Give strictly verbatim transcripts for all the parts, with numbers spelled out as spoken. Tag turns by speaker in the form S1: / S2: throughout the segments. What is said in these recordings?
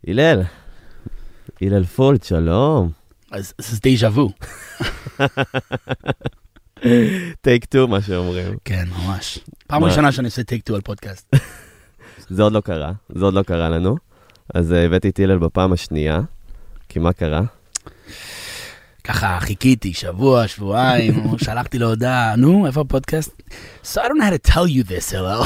S1: הלל, הלל פולט, שלום.
S2: אז זה דייז'ה וו.
S1: טייק טו, מה שאומרים.
S2: כן, ממש. פעם ראשונה שאני עושה טייק טו על פודקאסט.
S1: זה עוד לא קרה, זה עוד לא קרה לנו. אז הבאתי את הלל בפעם השנייה, כי מה קרה?
S2: ככה חיכיתי, שבוע, שבועיים, שלחתי לו הודעה, נו, איפה הפודקאסט? So I don't know how to tell you this, hello.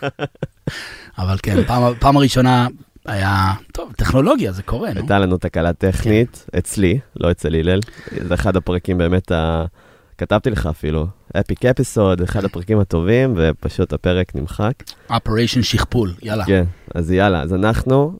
S2: אבל כן, פעם, פעם הראשונה היה, טוב, טכנולוגיה, זה קורה, נו.
S1: הייתה לנו תקלה טכנית, אצלי, לא אצל הלל. זה אחד הפרקים באמת, ה... כתבתי לך אפילו, אפיק אפיסוד, אחד הפרקים הטובים, ופשוט הפרק נמחק.
S2: Operation שכפול, יאללה.
S1: כן, אז יאללה, אז אנחנו,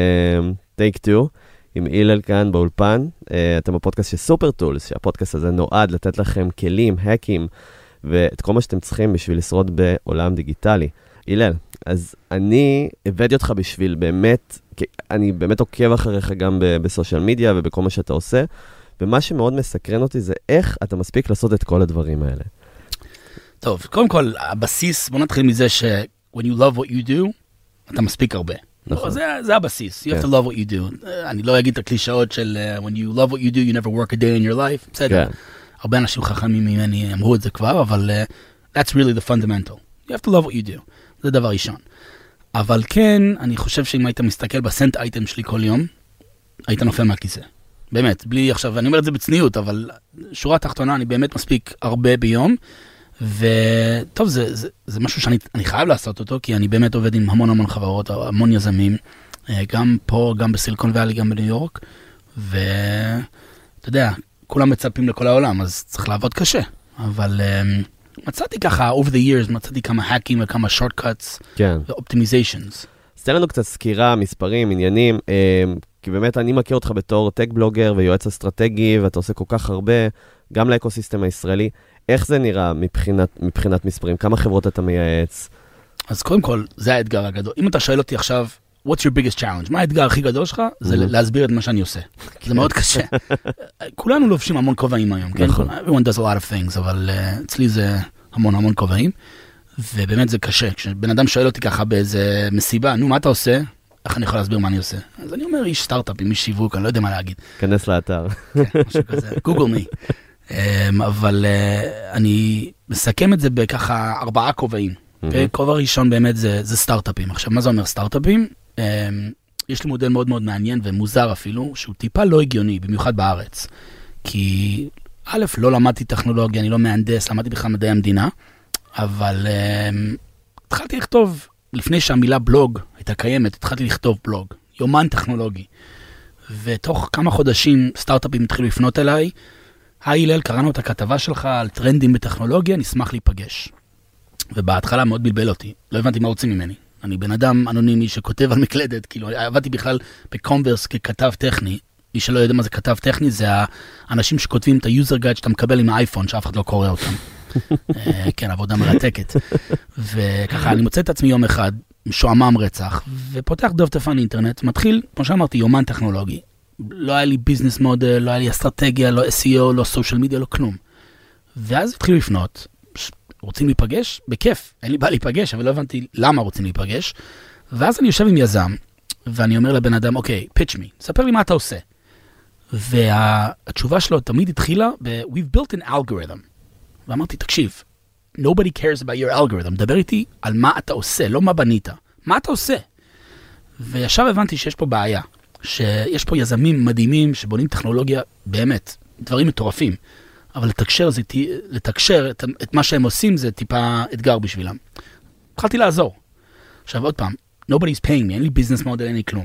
S1: טייק טו, עם הלל כאן באולפן, אתם בפודקאסט של סופר טולס, שהפודקאסט הזה נועד לתת לכם כלים, האקים, ואת כל מה שאתם צריכים בשביל לשרוד בעולם דיגיטלי. הלל, אז אני הבאתי אותך בשביל באמת, אני באמת עוקב אחריך גם בסושיאל מדיה ובכל מה שאתה עושה, ומה שמאוד מסקרן אותי זה איך אתה מספיק לעשות את כל הדברים האלה.
S2: טוב, קודם כל, הבסיס, בוא נתחיל מזה ש- when you love what you do, אתה מספיק הרבה.
S1: נכון.
S2: זה, זה הבסיס. You have to love what you do. אני לא אגיד את הקלישאות של uh, when you love what you do, you never work a day in your life. בסדר.
S1: כן.
S2: הרבה אנשים חכמים ממני אמרו את זה כבר, אבל uh, that's really the fundamental. You have to love what you do. זה דבר ראשון. אבל כן, אני חושב שאם היית מסתכל בסנט אייטם שלי כל יום, היית נופל מהכיסא. באמת, בלי עכשיו, אני אומר את זה בצניעות, אבל שורה תחתונה, אני באמת מספיק הרבה ביום, וטוב, זה, זה, זה משהו שאני אני חייב לעשות אותו, כי אני באמת עובד עם המון המון חברות, המון יזמים, גם פה, גם בסיליקון ואלי, גם בניו יורק, ואתה יודע, כולם מצפים לכל העולם, אז צריך לעבוד קשה, אבל um, מצאתי ככה, over the years, מצאתי כמה האקים וכמה shortcuts,
S1: כן.
S2: ו-optimizations.
S1: אז תן לנו קצת סקירה, מספרים, עניינים, כי באמת אני מכיר אותך בתור טק בלוגר ויועץ אסטרטגי, ואתה עושה כל כך הרבה, גם לאקוסיסטם הישראלי. איך זה נראה מבחינת, מבחינת מספרים? כמה חברות אתה מייעץ?
S2: אז קודם כל, זה האתגר הגדול. אם אתה שואל אותי עכשיו, what's your biggest challenge? מה האתגר הכי גדול שלך? זה להסביר את מה שאני עושה. זה מאוד קשה. כולנו לובשים המון כובעים היום, כן? Everyone does a lot of things, אבל אצלי זה המון המון כובעים, ובאמת זה קשה. כשבן אדם שואל אותי ככה באיזה מסיבה, נו, מה אתה עושה? איך אני יכול להסביר מה אני עושה? אז אני אומר, איש סטארט-אפים, איש שיווק, אני לא יודע מה להגיד.
S1: כנס לאתר.
S2: כן, משהו כזה. גוגל מי. אבל אני מסכם את זה בככה ארבעה כובעים. כובע ראשון באמת זה סטארט-אפים. עכשיו, מה זה אומר סטארט-אפים? יש לי מודל מאוד מאוד מעניין ומוזר אפילו, שהוא טיפה לא הגיוני, במיוחד בארץ. כי א', לא למדתי טכנולוגיה, אני לא מהנדס, למדתי בכלל מדעי המדינה, אבל התחלתי לכתוב, לפני שהמילה בלוג הייתה קיימת, התחלתי לכתוב בלוג, יומן טכנולוגי. ותוך כמה חודשים סטארט-אפים התחילו לפנות אליי, היי הלל, קראנו את הכתבה שלך על טרנדים בטכנולוגיה, נשמח להיפגש. ובהתחלה מאוד בלבל אותי, לא הבנתי מה רוצים ממני. אני בן אדם אנונימי שכותב על מקלדת, כאילו עבדתי בכלל בקומברס ככתב טכני, מי שלא יודע מה זה כתב טכני, זה האנשים שכותבים את היוזר גייד שאתה מקבל עם האייפון, שאף אחד לא קורא אותם. כן, עבודה מרתקת. וככה, אני מוצא את עצמי יום אחד, משועמם רצח, ופותח דפדפן אינטרנט, מתחיל, כמו שאמרתי, יומן טכנולוגי. לא היה לי ביזנס מודל, לא היה לי אסטרטגיה, לא אס אי או, לא סושיאל מדיה, לא כלום. ואז התחילו לפנות, רוצים להיפגש? בכיף, אין לי בעיה להיפגש, אבל לא הבנתי למה רוצים להיפגש. ואז אני יושב עם יזם, ואני אומר לבן אדם, אוקיי, pitch me, ספר לי מה אתה עושה. והתשובה שלו תמיד התחילה ב- we've built an algorithm. ואמרתי, תקשיב, nobody cares about your algorithm, דבר איתי על מה אתה עושה, לא מה בנית. מה אתה עושה? וישר הבנתי שיש פה בעיה, שיש פה יזמים מדהימים שבונים טכנולוגיה באמת, דברים מטורפים, אבל לתקשר, זה, לתקשר את, את מה שהם עושים זה טיפה אתגר בשבילם. התחלתי לעזור. עכשיו עוד פעם, nobody's paying me, אין לי ביזנס מודל, אין לי כלום.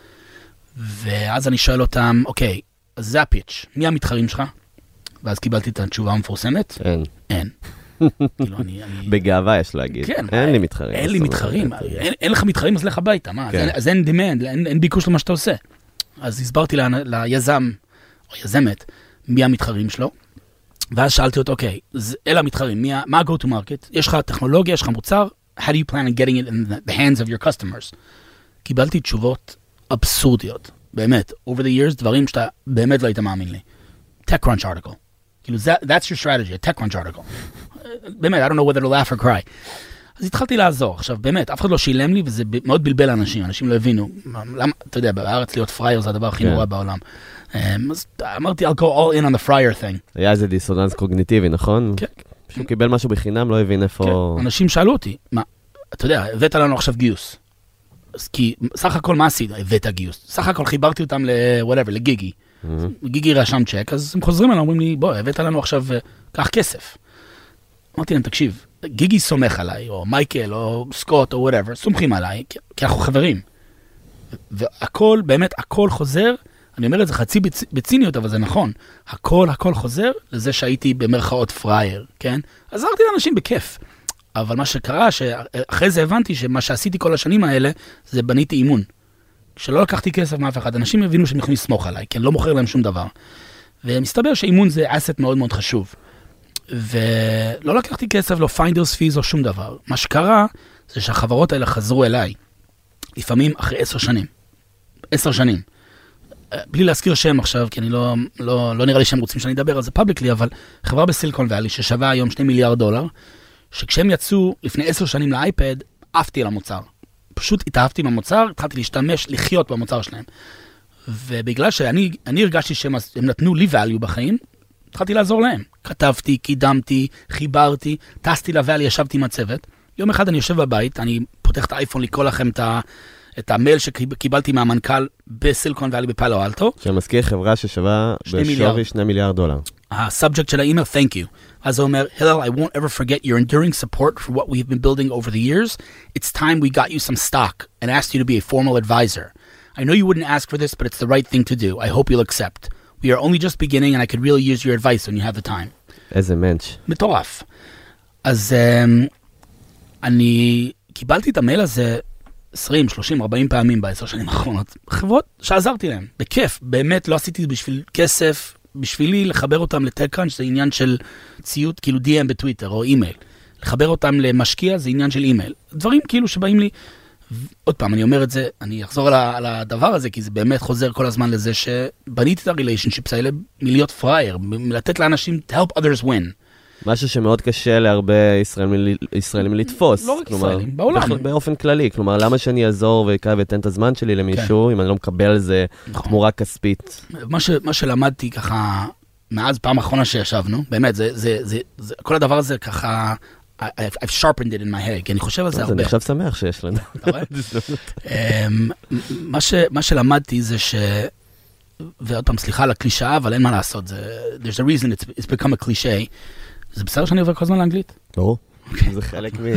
S2: ואז אני שואל אותם, אוקיי, אז זה הפיץ', מי המתחרים שלך? ואז קיבלתי את התשובה המפורסמת.
S1: אין.
S2: אין. כאילו, אני, אני...
S1: בגאווה יש להגיד.
S2: כן.
S1: אין לי מתחרים.
S2: אין לי מתחרים. אין, אין לך מתחרים, אז לך הביתה. מה? כן. אז, אז אין demand, אין, אין ביקוש למה שאתה עושה. אז הסברתי ל, ליזם, או יזמת, מי המתחרים שלו. ואז שאלתי אותו, אוקיי, אלה המתחרים, מי, מה ה-go to market? יש לך טכנולוגיה, יש לך מוצר, how do you plan on getting it in the hands of your customers? קיבלתי תשובות אבסורדיות. באמת. Over the years, דברים שאתה באמת לא היית מאמין לי. TechCrunch article. כאילו, that's your strategy, a TechCrunch article. באמת, I don't know whether to laugh or cry. אז התחלתי לעזור. עכשיו, באמת, אף אחד לא שילם לי, וזה מאוד בלבל לאנשים. אנשים לא הבינו. למה, אתה יודע, בארץ להיות פרייר זה הדבר הכי נורא בעולם. אז אמרתי, I'll go all in on the fryer thing.
S1: היה איזה דיסוננס קוגניטיבי, נכון?
S2: כן.
S1: שהוא קיבל משהו בחינם, לא הבין איפה...
S2: כן, אנשים שאלו אותי, מה, אתה יודע, הבאת לנו עכשיו גיוס. כי סך הכל מה עשית? הבאת גיוס. סך הכל חיברתי אותם ל-whatever, לגיגי. גיגי רשם צ'ק, אז הם חוזרים אלינו, אומרים לי, בוא, הבאת לנו עכשיו, קח כסף. אמרתי להם, תקשיב, גיגי סומך עליי, או מייקל, או סקוט, או whatever, סומכים עליי, כי אנחנו חברים. והכל, באמת, הכל חוזר, אני אומר את זה חצי בציניות, אבל זה נכון. הכל, הכל חוזר לזה שהייתי במרכאות פרייר, כן? עזרתי לאנשים בכיף. אבל מה שקרה, שאחרי זה הבנתי שמה שעשיתי כל השנים האלה, זה בניתי אימון. כשלא לקחתי כסף מאף אחד, אנשים הבינו שהם יכולים לסמוך עליי, כי אני לא מוכר להם שום דבר. ומסתבר שאימון זה אסט מאוד מאוד חשוב. ולא לקחתי כסף, לא פיינדרס פיז או שום דבר. מה שקרה, זה שהחברות האלה חזרו אליי, לפעמים אחרי עשר שנים. עשר שנים. בלי להזכיר שם עכשיו, כי אני לא, לא, לא נראה לי שהם רוצים שאני אדבר על זה פאבליקלי, אבל חברה בסיליקון ואלי, ששווה היום שני מיליארד דולר, שכשהם יצאו לפני עשר שנים לאייפד, עפתי על המוצר. פשוט התאהבתי במוצר, התחלתי להשתמש, לחיות במוצר שלהם. ובגלל שאני אני הרגשתי שהם נתנו לי value בחיים, התחלתי לעזור להם. כתבתי, קידמתי, חיברתי, טסתי לוואלי, ישבתי עם הצוות. יום אחד אני יושב בבית, אני פותח את האייפון, לקרוא לכם את ה... את המייל שקיבלתי מהמנכ"ל בסיליקון ואלי בפאלו אלטו.
S1: שמזכיר חברה ששווה בשווי שני מיליארד דולר.
S2: הסאבג'קט של האימייל, thank you. אז הוא אומר, Hillel, I won't ever forget your enduring support for what we've been building over the years. It's time we got you some stock and asked you to be a formal advisor. I know you wouldn't ask for this, but it's the right thing to do. I hope you'll accept. We are only just beginning and I could really use your advice when you have the time.
S1: איזה מנץ'.
S2: מטורף. אז אני קיבלתי את המייל הזה עשרים, שלושים, ארבעים פעמים בעשר שנים האחרונות. חברות שעזרתי להם, בכיף. באמת לא עשיתי בשביל כסף, בשבילי לחבר אותם לטקראנץ' זה עניין של ציות, כאילו די אם בטוויטר או אימייל. לחבר אותם למשקיע זה עניין של אימייל. דברים כאילו שבאים לי, עוד פעם, אני אומר את זה, אני אחזור על, על הדבר הזה, כי זה באמת חוזר כל הזמן לזה שבניתי את הריליישנשיפס האלה מלהיות פרייר, מלתת לאנשים to help others win.
S1: משהו שמאוד קשה להרבה ישראלים, ישראלים לתפוס.
S2: לא רק
S1: כלומר,
S2: ישראלים, בעולם.
S1: באופן כללי. כלומר, למה שאני אעזור ויקרא ואתן את הזמן שלי למישהו, כן. אם אני לא מקבל על זה נכון. תמורה כספית?
S2: מה, ש, מה שלמדתי ככה, מאז פעם האחרונה שישבנו, באמת, זה, זה, זה, זה, כל הדבר הזה ככה, I've, I've sharpened it in my head, כי אני חושב על זה הרבה.
S1: אני עכשיו שמח שיש לנו.
S2: מה, ש, מה שלמדתי זה ש... ועוד פעם, סליחה על הקלישאה, אבל אין מה לעשות. זה, there's a reason it's, it's become a cliché. זה בסדר שאני עובר כל הזמן לאנגלית?
S1: ברור. זה חלק מ...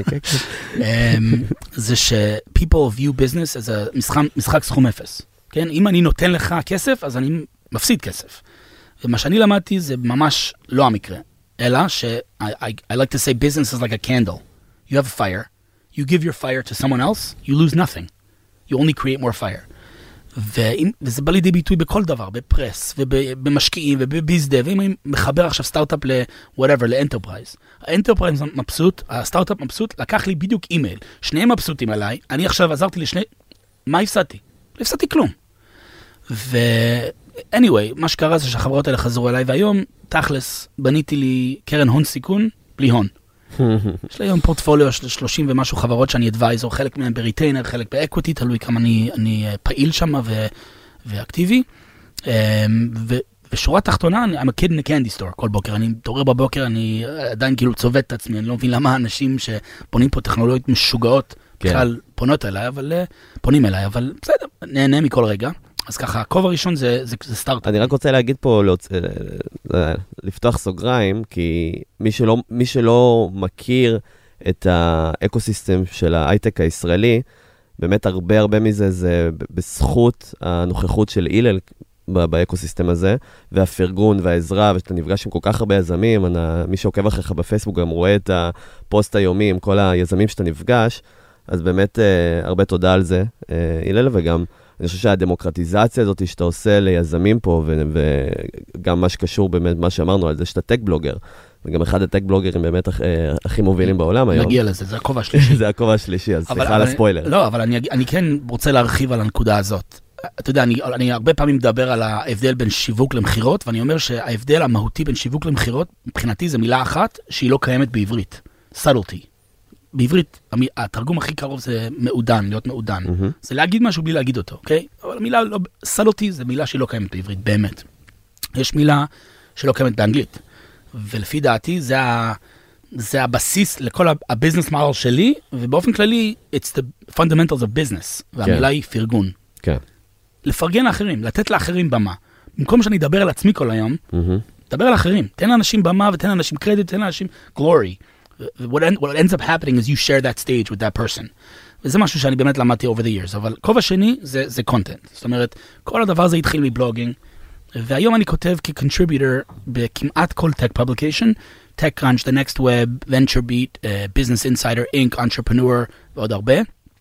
S2: זה ש- people view business as a משחק סכום אפס. כן? אם אני נותן לך כסף, אז אני מפסיד כסף. ומה שאני למדתי זה ממש לא המקרה. אלא ש- I, I, I like to say business is like a candle. You have a fire. You give your fire to someone else, you lose nothing. You only create more fire. ואם, וזה בא לידי ביטוי בכל דבר, בפרס, ובמשקיעים, ובביזדה, ואם אני מחבר עכשיו סטארט-אפ ל-whatever, לאנטרפרייז. האנטרפרייז מבסוט, הסטארט-אפ מבסוט, לקח לי בדיוק אימייל. שניהם מבסוטים עליי, אני עכשיו עזרתי לשני... מה הפסדתי? לא הפסדתי כלום. ו-anyway, מה שקרה זה שהחברות האלה חזרו אליי, והיום, תכלס, בניתי לי קרן הון סיכון, בלי הון. יש לי היום פורטפוליו של שלושים ומשהו חברות שאני אדוויזור, חלק מהם בריטיינר, חלק באקוויטי, תלוי כמה אני, אני פעיל שם ו, ואקטיבי. ו, ושורה תחתונה, I'm a kid in a candy store כל בוקר. אני מתעורר בבוקר, אני עדיין כאילו צובט את עצמי, אני לא מבין למה אנשים שפונים פה טכנולוגיות משוגעות, בכלל פונות אליי, אבל פונים אליי, אבל בסדר, נהנה מכל רגע. אז ככה, הכובע הראשון זה, זה, זה סטארט-אפ.
S1: אני רק רוצה להגיד פה, להוצ... לפתוח סוגריים, כי מי שלא, מי שלא מכיר את האקוסיסטם של ההייטק הישראלי, באמת הרבה הרבה מזה זה בזכות הנוכחות של אילל באקוסיסטם הזה, והפרגון והעזרה, ושאתה נפגש עם כל כך הרבה יזמים, אני, מי שעוקב אחריך בפייסבוק גם רואה את הפוסט היומי עם כל היזמים שאתה נפגש, אז באמת הרבה תודה על זה, אילל, וגם אני חושב שהדמוקרטיזציה הזאת שאתה עושה ליזמים פה, וגם מה שקשור באמת, מה שאמרנו על זה, שאתה טק בלוגר, וגם אחד הטק בלוגרים באמת הכי מובילים בעולם היום.
S2: נגיע לזה, זה הכובע השלישי.
S1: זה הכובע השלישי, אז סליחה על הספוילר.
S2: לא, אבל אני כן רוצה להרחיב על הנקודה הזאת. אתה יודע, אני הרבה פעמים מדבר על ההבדל בין שיווק למחירות, ואני אומר שההבדל המהותי בין שיווק למחירות, מבחינתי זה מילה אחת שהיא לא קיימת בעברית. subtlety. בעברית, התרגום הכי קרוב זה מעודן, להיות מעודן. Mm-hmm. זה להגיד משהו בלי להגיד אותו, אוקיי? אבל המילה, לא, סלוטי זה מילה שלא קיימת בעברית, באמת. יש מילה שלא קיימת באנגלית. ולפי דעתי, זה, ה, זה הבסיס לכל הביזנס מודל שלי, ובאופן כללי, it's the fundamentals of business, והמילה היא פרגון.
S1: כן. לפרגן
S2: לאחרים, לתת לאחרים במה. במקום שאני אדבר על עצמי כל היום, תדבר על אחרים. תן לאנשים במה ותן לאנשים קרדיט, תן לאנשים glory. What, end, what ends up happening is you share that stage with that person. וזה משהו שאני באמת למדתי over the years. אבל כובע שני זה, זה content. זאת אומרת, כל הדבר הזה התחיל מבלוגינג, והיום אני כותב כ-contributor בכמעט כל tech publication, TechCrunch, The Next Web, VentureBeat, uh, Business Insider, Inc, Entrepreneur ועוד הרבה.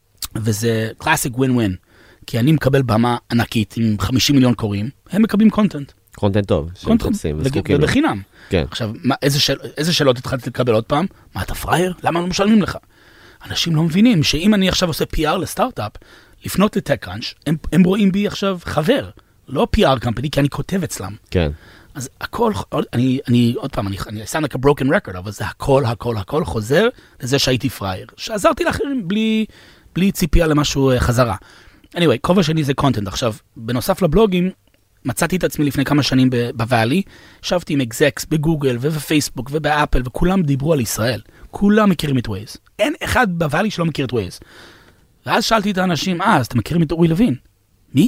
S2: וזה classic win-win. כי אני מקבל במה ענקית עם חמישים מיליון קוראים, הם מקבלים קונטנט.
S1: קונטנט טוב, שהם חפשים וזקוקים לו.
S2: ובחינם.
S1: כן.
S2: עכשיו, מה, איזה, שאל, איזה שאלות התחלתי לקבל עוד פעם? מה, אתה פרייר? למה לא משלמים לך? אנשים לא מבינים שאם אני עכשיו עושה פי אר לסטארט-אפ, לפנות לטק-קראנץ', הם, הם רואים בי עכשיו חבר, לא פי אר קמפני, כי אני כותב אצלם.
S1: כן.
S2: אז הכל, אני, אני, עוד פעם, אני, אני sound like a broken record, אבל זה הכל, הכל, הכל חוזר לזה שהייתי פרייר. שעזרתי לאחרים בלי, בלי ציפייה למשהו חזרה. anyway, כובע שני זה קונטנט. עכשיו, בנוסף לבלוגים, מצאתי את עצמי לפני כמה שנים בוואלי, ישבתי עם אקזקס בגוגל ובפייסבוק ובאפל, וכולם דיברו על ישראל. כולם מכירים את ווייז. אין אחד בוואלי שלא מכיר את ווייז. ואז שאלתי את האנשים, אה, אז אתם מכירים את אורי לוין? מי?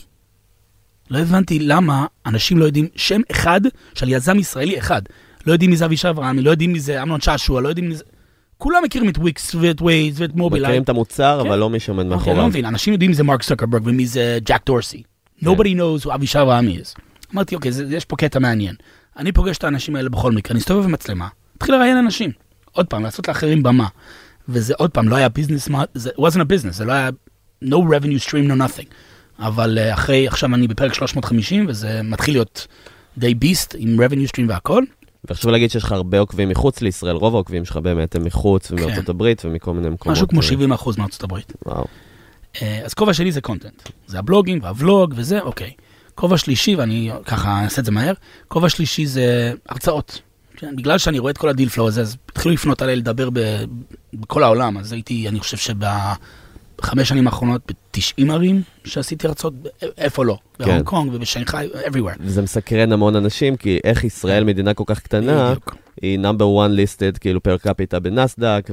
S2: לא הבנתי למה אנשים לא יודעים שם אחד של יזם ישראלי אחד. לא יודעים מי זה אבישי אברהמי, לא יודעים מי זה אמנון שעשוע, לא יודעים מי זה... כולם מכירים את וויקס ואת ווייז ואת מובילאיי.
S1: מכירים את המוצר, אבל לא מי שעומד מאחוריו.
S2: לא מבין, אנשים יודעים מי זה מרק צוקרברג ומי זה ג'ק דורסי. Nobody knows who אבישי אברהמי is. אמרתי, אוקיי, יש פה קטע מעניין. אני פוגש את האנשים האלה בכל מקרה, אני מסתובב במצלמה, התחיל לראיין אנשים. עוד פעם, לעשות לאחרים במה. וזה עוד פעם, לא היה ביזנס, זה wasn't a business, זה לא היה no revenue stream, no nothing. אבל אחרי, עכשיו אני בפרק שלוש מאות וחמישים, וזה מתחיל להיות די ביסט עם revenue stream והכל.
S1: וחשוב להגיד שיש לך הרבה עוקבים מחוץ לישראל, רוב העוקבים שלך באמת הם מחוץ ומארצות הברית ומכל מיני מקומות.
S2: משהו כמו שבעים אחוז מארצות הברית.
S1: וואו.
S2: אז כובע שלי זה קונטנט. זה הבלוגים והוולוג וזה, אוקיי. כובע שלישי, ואני ככה אעשה את זה מהר, כובע שלישי זה הרצאות. בגלל שאני רואה את כל הדיל פלו הזה, אז התחילו לפנות עליי לדבר בכל העולם, אז הייתי, אני חושב שבחמש שנים האחרונות, ב-תשעים ערים שעשיתי הרצאות, איפה לא? בהונג קונג ובשנגחאי, everywhere.
S1: זה מסקרן המון אנשים, כי איך ישראל, מדינה כל כך קטנה, היא number one listed, כאילו פר קפיטה בנסדק,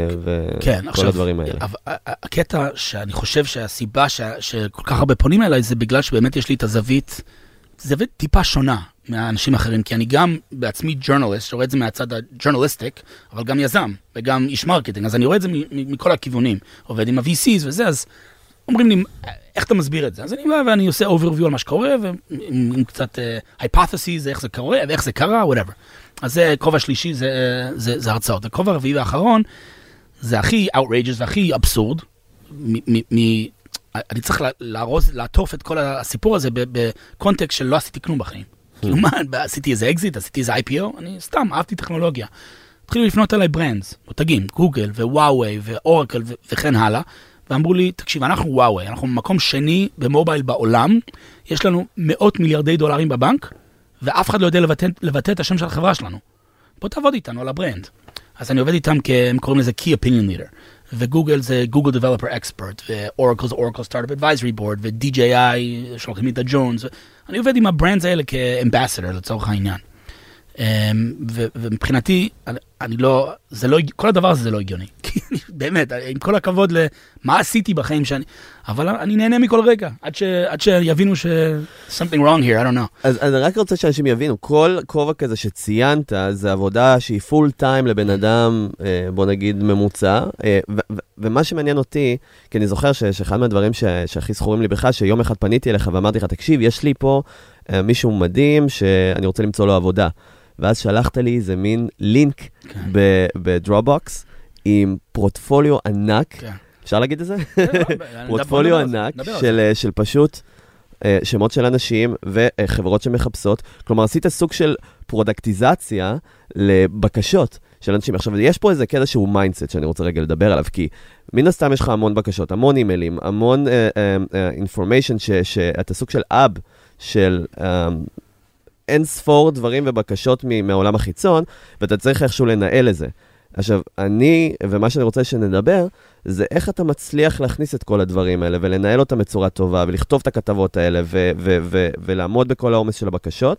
S1: וכל הדברים האלה.
S2: הקטע שאני חושב שהסיבה שכל כך הרבה פונים אליי, זה בגלל שבאמת יש לי את הזווית, זווית טיפה שונה מהאנשים אחרים, כי אני גם בעצמי ג'ורנליסט, שרואה את זה מהצד הג'ורנליסטיק, אבל גם יזם, וגם איש מרקטינג, אז אני רואה את זה מכל הכיוונים, עובד עם ה-וי סי'ס וזה, אז אומרים לי, איך אתה מסביר את זה? אז אני בא ואני עושה overview על מה שקורה, ועם קצת hypotheses, איך זה קורה, ואיך זה קרה, whatever. אז זה כובע שלישי, זה, זה, זה הרצאות. הכובע הרביעי והאחרון, זה הכי outrageous והכי אבסורד. מ, מ, מ, אני צריך להרוז, לעטוף את כל הסיפור הזה בקונטקסט של לא עשיתי כלום בחיים. כאילו מה, עשיתי איזה אקזיט, עשיתי איזה איי פי או, אני סתם אהבתי טכנולוגיה. התחילו לפנות אליי ברנדס, מותגים, גוגל ווואווי ואורקל וכן הלאה, ואמרו לי, תקשיב, אנחנו וואווי, אנחנו במקום שני במובייל בעולם, יש לנו מאות מיליארדי דולרים בבנק, ואף אחד לא יודע לבטא, לבטא את השם של החברה שלנו. בוא תעבוד איתנו על הברנד. אז אני עובד איתם, הם קוראים לזה Key Opinion Leader, וגוגל זה Google Developer Expert, ואורקל זה Oracle Startup Advisory Board, ו-די ג'יי איי, שולחים לי את הג'ונס, אני עובד עם הברנדס האלה כאמבסדור, לצורך העניין. ומבחינתי, אני לא, זה לא, כל הדבר הזה זה לא הגיוני. באמת, עם כל הכבוד למה עשיתי בחיים שאני, אבל אני נהנה מכל רגע, עד ש, עד שיבינו ש something wrong here, I don't know.
S1: אז אני רק רוצה שאנשים יבינו, כל כובע כזה שציינת, זה עבודה שהיא פול טיים לבן אדם, בוא נגיד ממוצע, ומה שמעניין אותי, כי אני זוכר שאחד מהדברים שהכי זכורים לי בכלל, שיום אחד פניתי אליך ואמרתי לך, תקשיב, יש לי פה מישהו מדהים שאני רוצה למצוא לו עבודה. ואז שלחת לי איזה מין לינק בדרופבוקס עם פורטפוליו ענק. אפשר להגיד את זה? פורטפוליו ענק של פשוט שמות של אנשים וחברות שמחפשות. כלומר, עשית סוג של פרודקטיזציה לבקשות של אנשים. עכשיו, יש פה איזה קטע שהוא מיינדסט שאני רוצה רגע לדבר עליו, כי מן הסתם יש לך המון בקשות, המון אימיילים, המון אינפורמיישן שאתה סוג של אב של אין ספור דברים ובקשות מהעולם החיצון, ואתה צריך איכשהו לנהל את זה. עכשיו, אני, ומה שאני רוצה שנדבר, זה איך אתה מצליח להכניס את כל הדברים האלה, ולנהל אותם בצורה טובה, ולכתוב את הכתבות האלה, ו- ו- ו- ולעמוד בכל העומס של הבקשות,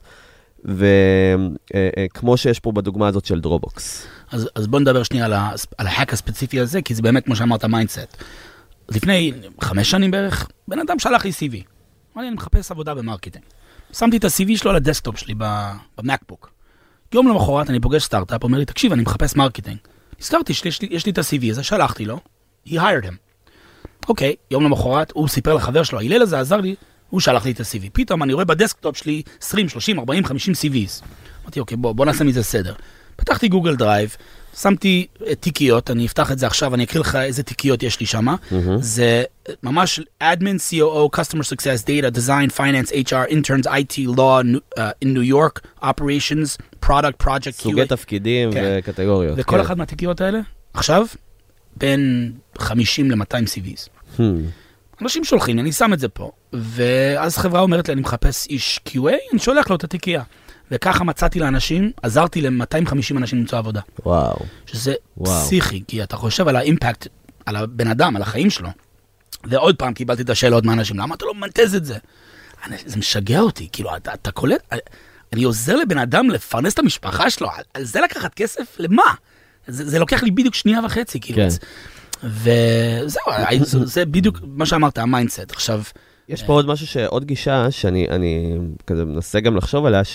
S1: וכמו שיש פה בדוגמה הזאת של דרובוקס.
S2: אז, אז בוא נדבר שנייה על, ה- על ההק הספציפי הזה, כי זה באמת, כמו שאמרת, מיינדסט. לפני חמש שנים בערך, בן אדם שלח לי סי וי. אני מחפש עבודה במרקטינג. שמתי את ה-סי וי שלו על הדסקטופ שלי במקבוק. יום למחרת אני פוגש סטארט-אפ, אומר לי, תקשיב, אני מחפש מרקטינג. נזכרתי שיש לי, יש לי את ה-סי וי הזה, שלחתי לו, he hired him. אוקיי, יום למחרת, הוא סיפר לחבר שלו, ההילל הזה עזר לי, הוא שלח לי את ה-סי וי. פתאום אני רואה בדסקטופ שלי עשרים, שלושים, ארבעים, חמישים סי וי'ס. אמרתי, אוקיי, בוא, בוא נעשה מזה סדר. פתחתי גוגל דרייב, שמתי תיקיות, אני אפתח את זה עכשיו, אני אקריא לך איזה תיקיות יש לי שם. Mm-hmm. זה ממש admin, סי או או, customer success, data, design, finance, אייץ' אר, interns, איי טי, law, uh, in New York, operations, product, project,
S1: סוגי Q A. תפקידים כן. וקטגוריות.
S2: וכל
S1: כן.
S2: אחת מהתיקיות האלה, עכשיו, בין חמישים ל-מאתיים סי וי'ס. Hmm. אנשים שולחים, אני שם את זה פה, ואז חברה אומרת לי, אני מחפש איש קיו איי, אני שולח לו את התיקייה. וככה מצאתי לאנשים, עזרתי ל-מאתיים וחמישים אנשים למצוא עבודה.
S1: וואו.
S2: שזה
S1: וואו.
S2: פסיכי, כי אתה חושב על האימפקט, על הבן אדם, על החיים שלו. ועוד פעם קיבלתי את השאלות מהאנשים, למה אתה לא מנתז את זה? אני, זה משגע אותי, כאילו, אתה, אתה קולט, אני עוזר לבן אדם לפרנס את המשפחה שלו, על, על זה לקחת כסף? למה? זה, זה לוקח לי בדיוק שנייה וחצי, כאילו. כן. וזהו, זה, זה בדיוק מה שאמרת, המיינדסט. עכשיו...
S1: יש פה עוד משהו, עוד גישה, שאני אני, כזה מנסה גם לחשוב עליה,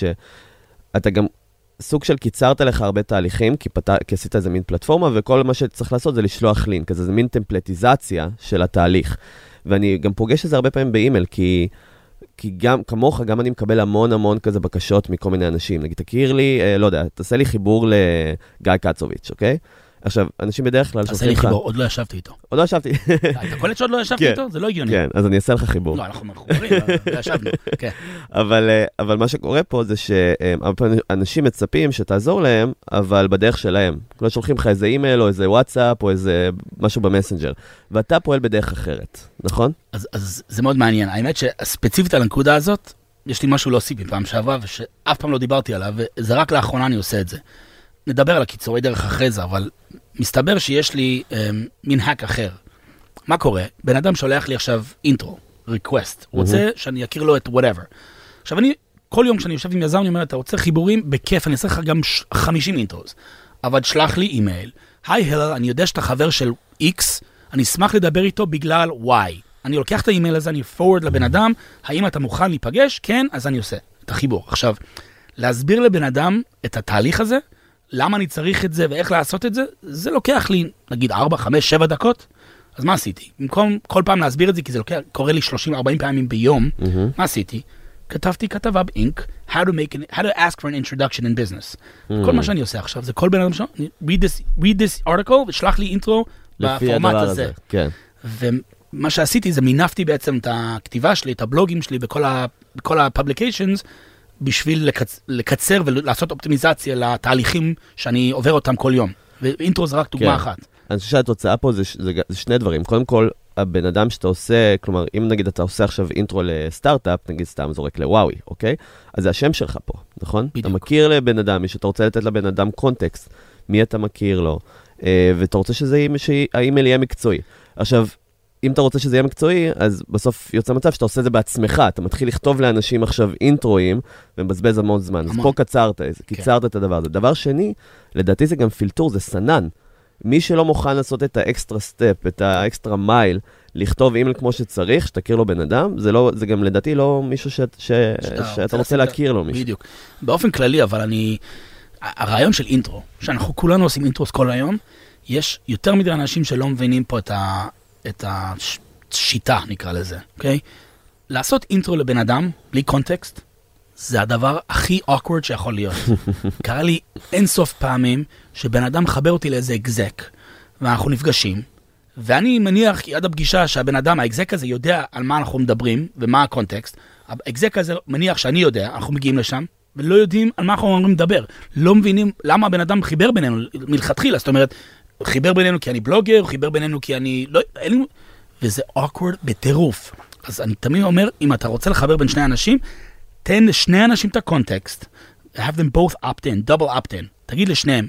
S1: שאתה גם סוג של קיצרת לך הרבה תהליכים, כי, פת... כי עשית איזה מין פלטפורמה, וכל מה שצריך לעשות זה לשלוח לינק, אז זה מין טמפלטיזציה של התהליך. ואני גם פוגש את זה הרבה פעמים באימייל, כי, כי גם, כמוך, גם אני מקבל המון המון כזה בקשות מכל מיני אנשים. נגיד, תכיר לי, אה, לא יודע, תעשה לי חיבור לגיא קצוביץ', אוקיי? עכשיו, אנשים בדרך כלל...
S2: תעשה לי חיבור, עוד לא ישבתי איתו.
S1: עוד לא ישבתי.
S2: אתה קולט שעוד לא ישבתי איתו? זה לא הגיוני.
S1: כן, אז אני אעשה לך חיבור.
S2: לא, אנחנו מחוברים, לא ישבנו, כן.
S1: אבל מה שקורה פה זה שאנשים מצפים שתעזור להם, אבל בדרך שלהם. לא שולחים לך איזה אימייל או איזה וואטסאפ או איזה משהו במסנג'ר. ואתה פועל בדרך אחרת, נכון?
S2: אז זה מאוד מעניין. האמת שספציפית על הנקודה הזאת, יש לי משהו להוסיף מפעם שעברה, ושאף פעם לא דיברתי עליו, וזה רק לאחרונה אני עושה את זה. נדבר על הקיצורי דרך אחרי זה, אבל מסתבר שיש לי אה, מין hack אחר. מה קורה? בן אדם שולח לי עכשיו אינטרו, request, הוא רוצה mm-hmm. שאני אכיר לו את whatever. עכשיו אני, כל יום כשאני יושב עם יזם, אני אומר, אתה רוצה חיבורים? בכיף, אני אעשה לך גם חמישים אינטרוס. אבל שלח לי אימייל, היי הלל, אני יודע שאתה חבר של X, אני אשמח לדבר איתו בגלל Y. אני לוקח את האימייל הזה, אני forward לבן אדם, האם אתה מוכן להיפגש? כן, אז אני עושה את החיבור. עכשיו, להסביר לבן אדם את התהליך הזה, למה אני צריך את זה ואיך לעשות את זה, זה לוקח לי, נגיד, ארבע, חמש, שבע דקות. אז מה עשיתי? במקום כל פעם להסביר את זה, כי זה לוקח, קורה לי שלושים ארבעים פעמים ביום, mm-hmm. מה עשיתי? כתבתי כתבה באינק, how to make an, how to ask for an introduction in business. Mm-hmm. כל מה שאני עושה עכשיו, זה כל בן אדם שם, read this, read this article, ושלח לי אינטרו בפורמט הזה. הזה.
S1: כן.
S2: ומה שעשיתי זה מינפתי בעצם את הכתיבה שלי, את הבלוגים שלי, בכל ה, בכל ה-publications, בשביל לקצ... לקצר ולעשות אופטימיזציה לתהליכים שאני עובר אותם כל יום. ואינטרו זה רק דוגמה אחת.
S1: אני חושב שהתוצאה פה זה, זה, זה שני דברים. קודם כל, הבן אדם שאתה עושה, כלומר, אם נגיד אתה עושה עכשיו אינטרו לסטארט-אפ, נגיד סתם זורק לוואוי, אוקיי? אז זה השם שלך פה, נכון? בדיוק. אתה מכיר לבן אדם, מי שאתה רוצה לתת לבן אדם קונטקסט, מי אתה מכיר לו, ואתה רוצה שזה האימייל יהיה מקצועי. עכשיו, אם אתה רוצה שזה יהיה מקצועי, אז בסוף יוצא מצב שאתה עושה את זה בעצמך, אתה מתחיל לכתוב לאנשים עכשיו אינטרואים, ומבזבז המון זמן. אז פה קצרת, קיצרת את הדבר הזה. דבר שני, לדעתי זה גם פילטור, זה סנן. מי שלא מוכן לעשות את האקסטרה סטפ, את האקסטרה מייל, לכתוב אימייל כמו שצריך, שתכיר לו בן אדם, זה, לא, זה גם לדעתי לא מישהו ש, ש, שאתה רוצה להכיר לו מישהו. בדיוק.
S2: באופן כללי, אבל אני... הרעיון של אינטרו, שאנחנו כולנו עושים אינטרוס כל היום, יש יותר מדי אנשים שלא מבינים פה את ה... את השיטה, נקרא לזה, אוקיי? לעשות אינטרו לבן אדם, בלי קונטקסט, זה הדבר הכי awkward שיכול להיות. קרה לי אין סוף פעמים שבן אדם מחבר אותי לאיזה אקזק, ואנחנו נפגשים, ואני מניח עד הפגישה שהבן אדם, האקזק הזה יודע על מה אנחנו מדברים, ומה הקונטקסט, האקזק הזה מניח שאני יודע, אנחנו מגיעים לשם, ולא יודעים על מה אנחנו אמורים לדבר. לא מבינים למה הבן אדם חיבר בינינו מלכתחילה, זאת אומרת, חיבר בינינו כי אני בלוגר, חיבר בינינו כי אני... לא, אין... וזה awkward בטירוף. אז אני תמיד אומר, אם אתה רוצה לחבר בין שני אנשים, תן לשני אנשים את הקונטקסט, have them both opt in, double opt in. תגיד לשניהם,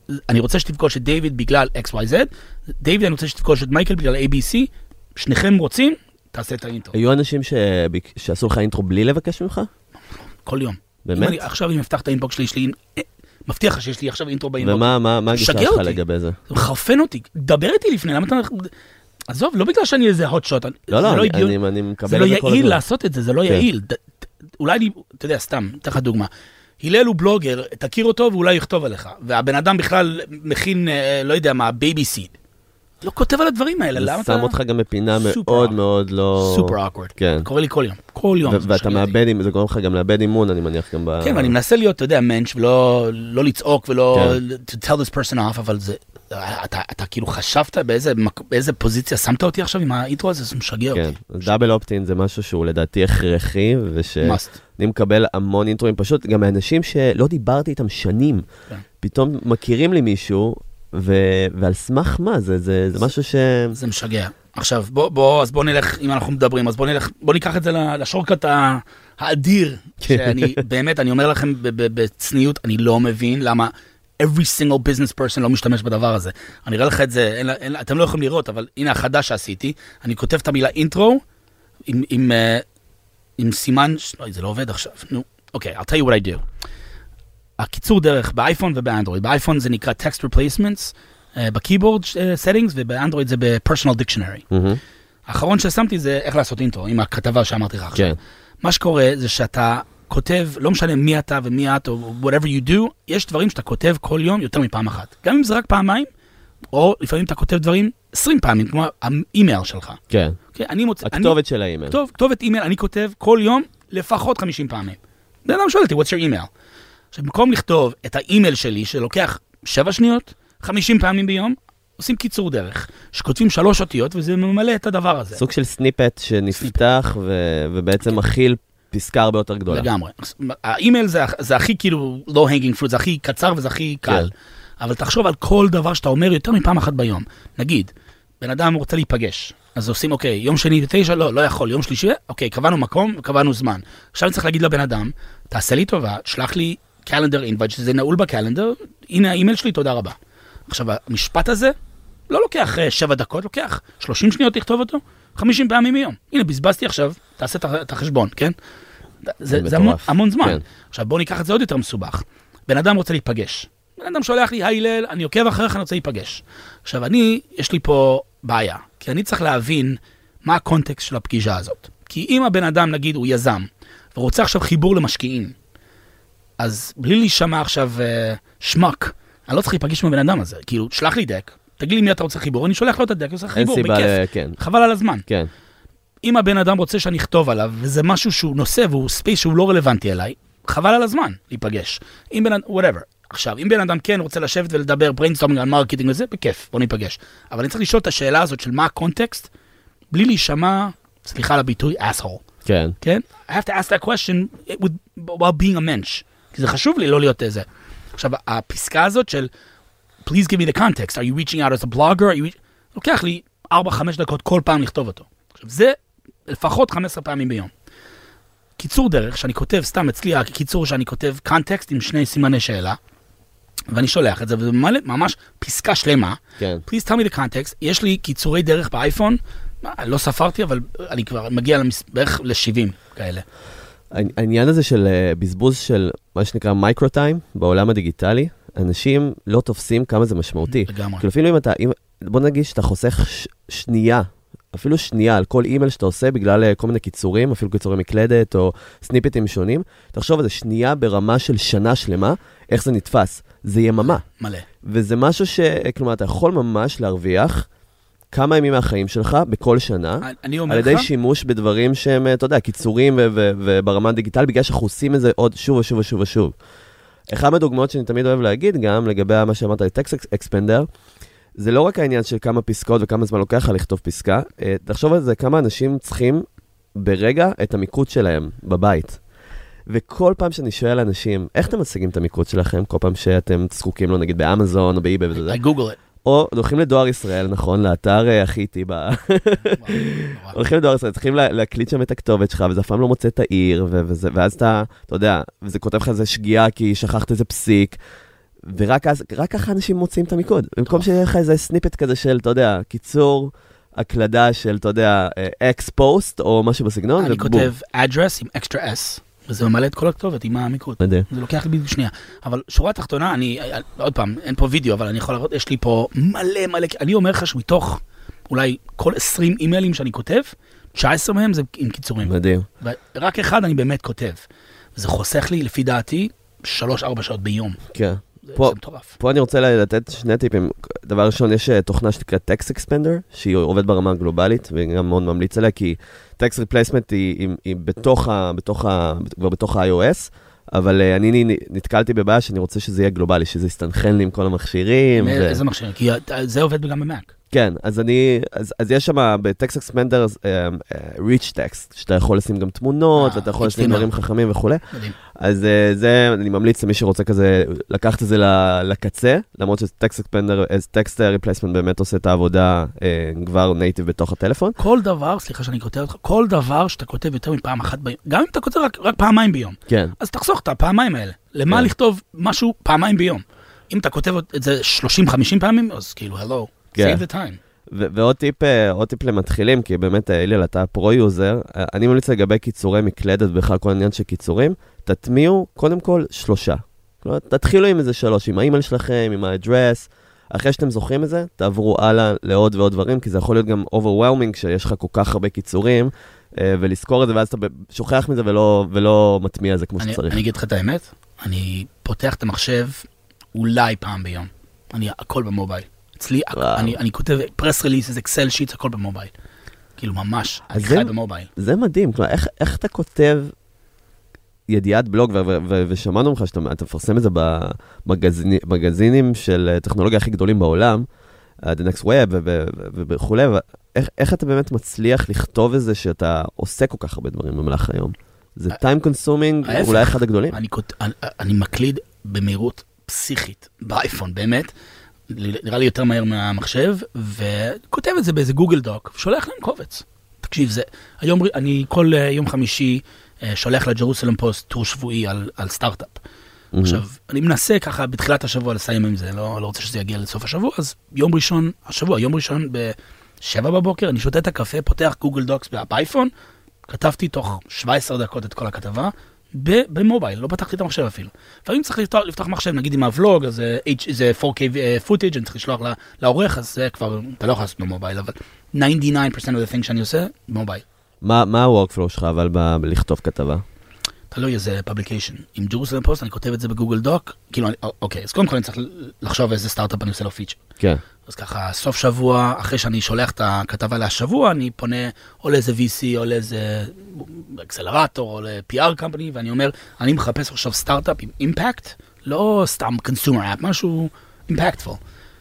S2: אני רוצה שתפגוש את דיוויד בגלל אקס וואי זד, דיוויד אני רוצה שתפגוש את מייקל בגלל איי בי סי, שניכם רוצים, תעשה את האינטרו.
S1: היו אנשים שעשו לך אינטרו בלי לבקש ממך?
S2: כל יום.
S1: באמת?
S2: עכשיו אם אפתח את האינבוקס שלי, יש לי, מבטיח לך שיש לי עכשיו אינטרו באינבוקס.
S1: ומה הגישה שלך לגבי זה?
S2: זה מחרפן אותי, דבר איתי לפני, למה אתה... עזוב, לא בגלל שאני איזה hot shot,
S1: לא, לא, אני מקבל
S2: זה לא יעיל לעשות את זה, זה לא יעיל. אולי, אתה יודע, סתם, אתן לך דוגמה. הלל הוא בלוגר, תכיר אותו ואולי יכתוב עליך. והבן אדם בכלל מכין, לא יודע מה, בייבי סיד. לא כותב על הדברים האלה, למה אתה...
S1: שם אותך גם בפינה מאוד מאוד לא...
S2: סופר אקוורד. כן. קורא לי כל יום. כל יום.
S1: ואתה מאבד, זה גורם לך גם לאבד אימון, אני מניח גם ב...
S2: כן, ואני מנסה להיות, אתה יודע, מנש, ולא לצעוק ולא... to tell this person off, אבל זה... אתה כאילו חשבת באיזה פוזיציה שמת אותי עכשיו עם האינטרו הזה, זה משגע אותי.
S1: כן, אז דאבל אופטין זה משהו שהוא לדעתי הכרחי, ושאני מקבל המון אינטרואים פשוט, גם מאנשים שלא דיברתי איתם שנים, פתאום מכירים לי מישהו, ועל סמך מה, זה משהו ש...
S2: זה משגע. עכשיו, בוא, אז בוא נלך, אם אנחנו מדברים, אז בוא נלך, בוא ניקח את זה לשורקט האדיר, שאני, באמת, אני אומר לכם בצניעות, אני לא מבין למה every single business person לא משתמש בדבר הזה. אני אראה לך את זה, אין, אין, אתם לא יכולים לראות, אבל הנה החדש שעשיתי, אני כותב את המילה אינטרו, עם, עם, עם סימן, לא, זה לא עובד עכשיו, נו, אוקיי, I'll tell you what I do. הקיצור דרך באייפון ובאנדרואיד, באייפון זה נקרא text replacements, בקיבורד settings, ובאנדרואיד זה ב-personal dictionary. האחרון ששמתי זה איך לעשות אינטרו, עם הכתבה שאמרתי לך עכשיו. מה שקורה זה שאתה כותב, לא משנה מי אתה ומי את, או whatever you do, יש דברים שאתה כותב כל יום יותר מפעם אחת. גם אם זה רק פעמיים, או לפעמים אתה כותב דברים עשרים פעמים, כמו האימייל שלך.
S1: כן.
S2: אני מוצא,
S1: הכתובת של האימייל.
S2: טוב, כתובת אימייל, אני כותב כל יום לפחות חמישים פעמים. בן אדם שואל אותי, what's your email? עכשיו, במקום לכתוב את האימייל שלי, שלוקח שבע שניות, חמישים פעמים ביום, עושים קיצור דרך, שכותבים שלוש אותיות, וזה ממלא את הדבר הזה.
S1: סוג של סניפט שנפתח, ובעצם מכיל פסקה הרבה יותר גדולה.
S2: לגמרי. האימייל זה, זה הכי כאילו לא hanging fruit, זה הכי קצר וזה הכי קל. אבל תחשוב על כל דבר שאתה אומר יותר מפעם אחת ביום. נגיד, בן אדם רוצה להיפגש, אז עושים, אוקיי, יום שני בתשע, לא, לא יכול, יום שלישי, אוקיי, קבענו מקום וקבענו זמן. עכשיו אני צריך להגיד לבן אדם, תעשה לי טובה, שלח לי קלנדר אינבייט, שזה נעול בקלנדר, הנה האימייל שלי, תודה רבה. עכשיו, המשפט הזה לא לוקח שבע דקות, לוקח שלושים שניות לכתוב אותו, חמישים פעמים מיום. הנה, בזבזתי עכשיו, תעשה את החשבון, כן? זה, זה המון, המון זמן. כן. עכשיו, בוא ניקח את זה עוד יותר מסובך. בן אדם רוצה להיפגש. בן אדם שולח לי, היי ליל, אני עוקב אחריך, אני רוצה להיפגש. עכשיו, אני, יש לי פה בעיה, כי אני צריך להבין מה הקונטקסט של הפגישה הזאת. כי אם הבן אדם, נגיד, הוא יזם, ורוצה עכשיו חיבור למשקיעים, אז בלי להישמע עכשיו uh, שמק, אני לא צריך להיפגש עם הבן אדם הזה. כאילו, שלח לי דק, תגיד לי מי אתה רוצה חיבור, אני שולח לו את הדק, אני עושה חיבור, בכיף. כן. חבל על הזמן.
S1: כן.
S2: אם הבן אדם רוצה שאני אכתוב עליו, וזה משהו שהוא נושא, והוא ספייס שהוא לא רלוונטי אליי, חבל על הזמן להיפגש. אם בן אדם, whatever. עכשיו, אם בן אדם כן רוצה לשבת ולדבר brainstorming על מרקטינג וזה, בכיף, בוא ניפגש. אבל אני צריך לשאול את השאלה הזאת של מה הקונטקסט, בלי להישמע, סליחה על הביטוי, asshole.
S1: כן.
S2: כן? I have to ask that question while being a mensch. כי זה חשוב לי לא להיות איזה. עכשיו, הפסקה הזאת של, please give me the context, are you reaching out as a blogger? Are you... לוקח לי ארבע חמש דקות כל פעם לכתוב אותו. עכשיו, זה לפחות חמש עשרה פעמים ביום. קיצור דרך, שאני כותב, סתם אצלי, הקיצור שאני כותב קונטקסט עם שני סימני שאלה, ואני שולח את זה, וזה ממש פסקה שלמה.
S1: כן.
S2: Please tell me the context. יש לי קיצורי דרך באייפון, לא ספרתי, אבל אני כבר מגיע בערך ל-שבעים כאלה.
S1: העניין הזה של בזבוז של מה שנקרא מייקרו טיים בעולם הדיגיטלי, אנשים לא תופסים כמה זה משמעותי.
S2: לגמרי.
S1: כאילו אפילו אם אתה, אם, בוא נגיד שאתה חוסך ש, שנייה, אפילו שנייה על כל אימייל שאתה עושה בגלל כל מיני קיצורים, אפילו קיצורי מקלדת או סניפטים שונים, תחשוב על זה שנייה ברמה של שנה שלמה, איך זה נתפס. זה יממה.
S2: מלא.
S1: וזה משהו ש, כלומר, אתה יכול ממש להרוויח כמה ימים מהחיים שלך בכל שנה, על ידי שימוש בדברים שהם, אתה יודע, קיצורים וברמה הדיגיטלית, בגלל שאנחנו עושים את זה עוד שוב ושוב ושוב ושוב. אחד מהדוגמאות שאני תמיד אוהב להגיד גם, לגבי מה שאמרת על טקסט אקספנדר, זה לא רק העניין של כמה פסקאות וכמה זמן לוקח לך לכתוב פסקה, תחשוב על זה כמה אנשים צריכים ברגע את המיקוד שלהם בבית. וכל פעם שאני שואל אנשים, איך אתם משיגים את המיקוד שלכם? כל פעם שאתם זקוקים לו, נגיד באמזון או באיביי וזה.
S2: I google it.
S1: או הולכים לדואר ישראל, נכון, לאתר הכי איטי, הולכים לדואר ישראל, צריכים להקליט שם את הכתובת שלך, וזה אף פעם לא מוצא את העיר, ואז אתה, אתה יודע, וזה כותב לך איזה שגיאה, כי שכחת איזה פסיק, ורק אז, רק ככה אנשים מוצאים את המיקוד. במקום שיהיה לך איזה סניפט כזה של, אתה יודע, קיצור, הקלדה של, אתה יודע, אקס פוסט, או משהו בסגנון.
S2: אני כותב address עם extra s, וזה ממלא את כל הכתובת עם המיקוד.
S1: מדהים.
S2: זה לוקח לי בדיוק שנייה. אבל שורה תחתונה, אני, עוד פעם, אין פה וידאו, אבל אני יכול לראות, יש לי פה מלא מלא, אני אומר לך שמתוך אולי כל עשרים אימיילים שאני כותב, תשע עשרה מהם זה עם קיצורים.
S1: מדהים.
S2: ורק אחד אני באמת כותב. זה חוסך לי, לפי דעתי, שלוש ארבע שעות ביום.
S1: כן.
S2: זה
S1: פה,
S2: מטורף.
S1: פה אני רוצה לתת שני טיפים. דבר ראשון, יש תוכנה שנקראת Text Expander, שהיא עובדת ברמה הגלובלית, וגם מאוד ממליץ עליה, כי Text Replacement היא, היא, היא בתוך ה, בתוך ה, כבר בתוך ה-iOS, אבל אני נתקלתי בבעיה שאני רוצה שזה יהיה גלובלי, שזה יסתנכן לי עם כל המכשירים.
S2: איזה מכשירים? כי זה עובד גם במק.
S1: כן, אז אני, אז, אז יש שם ב-Text Expander uh, uh, Rich Text, שאתה יכול לשים גם תמונות, ואתה יכול לשים דברים חכמים וכו'. מדהים. אז uh, זה, אני ממליץ למי שרוצה כזה, לקחת את זה לקצה, למרות ש-Text Expander, Text Replacement באמת עושה את העבודה uh, כבר נייטיב בתוך הטלפון.
S2: כל דבר, סליחה שאני כותב אותך, כל דבר שאתה כותב יותר מפעם אחת ביום, גם אם אתה כותב רק, רק פעמיים ביום, כן. אז תחסוך את הפעמיים האלה. למה כן. לכתוב משהו פעמיים ביום? אם אתה כותב את זה שלושים חמישים פעמים, אז כאילו, hello.
S1: כן.
S2: save the time.
S1: ועוד טיפ, עוד טיפ למתחילים, כי באמת, איליאל, אתה פרו-יוזר, אני ממליץ לגבי קיצורי מקלדת, בכלל כל העניין של קיצורים, תטמיעו קודם כל שלושה. כלומר, תתחילו עם איזה שלוש, עם האימייל שלכם, עם האדרס, אחרי שאתם זוכרים את זה, תעברו הלאה לעוד ועוד דברים, כי זה יכול להיות גם overwhelming, שיש לך כל כך הרבה קיצורים, ולזכור את זה, ואז אתה שוכח מזה ולא, ולא מטמיע את זה כמו
S2: אני,
S1: שצריך.
S2: אני אגיד לך את האמת, אני פותח את המחשב אולי פעם ביום. אני הכל במובייל. אצלי, אני, אני כותב פרס רליס, אקסל שיטס, הכל במובייל. כאילו ממש, אני חי במובייל.
S1: זה מדהים, כלומר, איך, איך אתה כותב ידיעת בלוג, ו- ו- ו- ושמענו ממך שאתה אתה מפרסם את זה במגזינים של טכנולוגיה הכי גדולים בעולם, The Next Web וכו', איך, איך אתה באמת מצליח לכתוב את זה שאתה עושה כל כך הרבה דברים במהלך היום? זה time consuming, אולי אחד הגדולים?
S2: אני, אני, אני מקליד במהירות פסיכית, באייפון, באמת, נראה לי יותר מהר מהמחשב, וכותב את זה באיזה גוגל דוק, ושולח להם קובץ. תקשיב, זה, היום, אני כל יום חמישי שולח לג'רוסלם פוסט טור שבועי על, על סטארט-אפ. Mm-hmm. עכשיו, אני מנסה ככה בתחילת השבוע לסיים עם זה, לא, לא רוצה שזה יגיע לסוף השבוע, אז יום ראשון, השבוע, יום ראשון בשבע בבוקר, אני שותה את הקפה, פותח גוגל דוקס באייפון, כתבתי תוך שבע עשרה דקות את כל הכתבה, במובייל, לא פתחתי את המחשב אפילו. לפעמים צריך לפתוח, לפתוח מחשב, נגיד עם הוולוג, אז זה פור קיי footage, אני צריך לשלוח לעורך, אז זה כבר, אתה לא יכול לעשות במובייל, אבל תשעים ותשע אחוז of the things שאני עושה, במובייל.
S1: מה, מה ה-workflow שלך, אבל בלכתוב כתבה?
S2: תלוי איזה publication. עם ג'רוסלם פוסט, אני כותב את זה בגוגל דוק, כאילו, אוקיי, אז קודם כל אני צריך לחשוב איזה סטארט-אפ אני עושה לו פיצ'ר.
S1: כן.
S2: אז ככה, סוף שבוע, אחרי שאני שולח את הכתבה להשבוע, אני פונה או לאיזה וי סי, או לאיזה אקסלרטור, או ל-פי אר company, ואני אומר, אני מחפש עכשיו סטארט-אפ עם אימפקט, לא סתם consumer app, משהו impactful,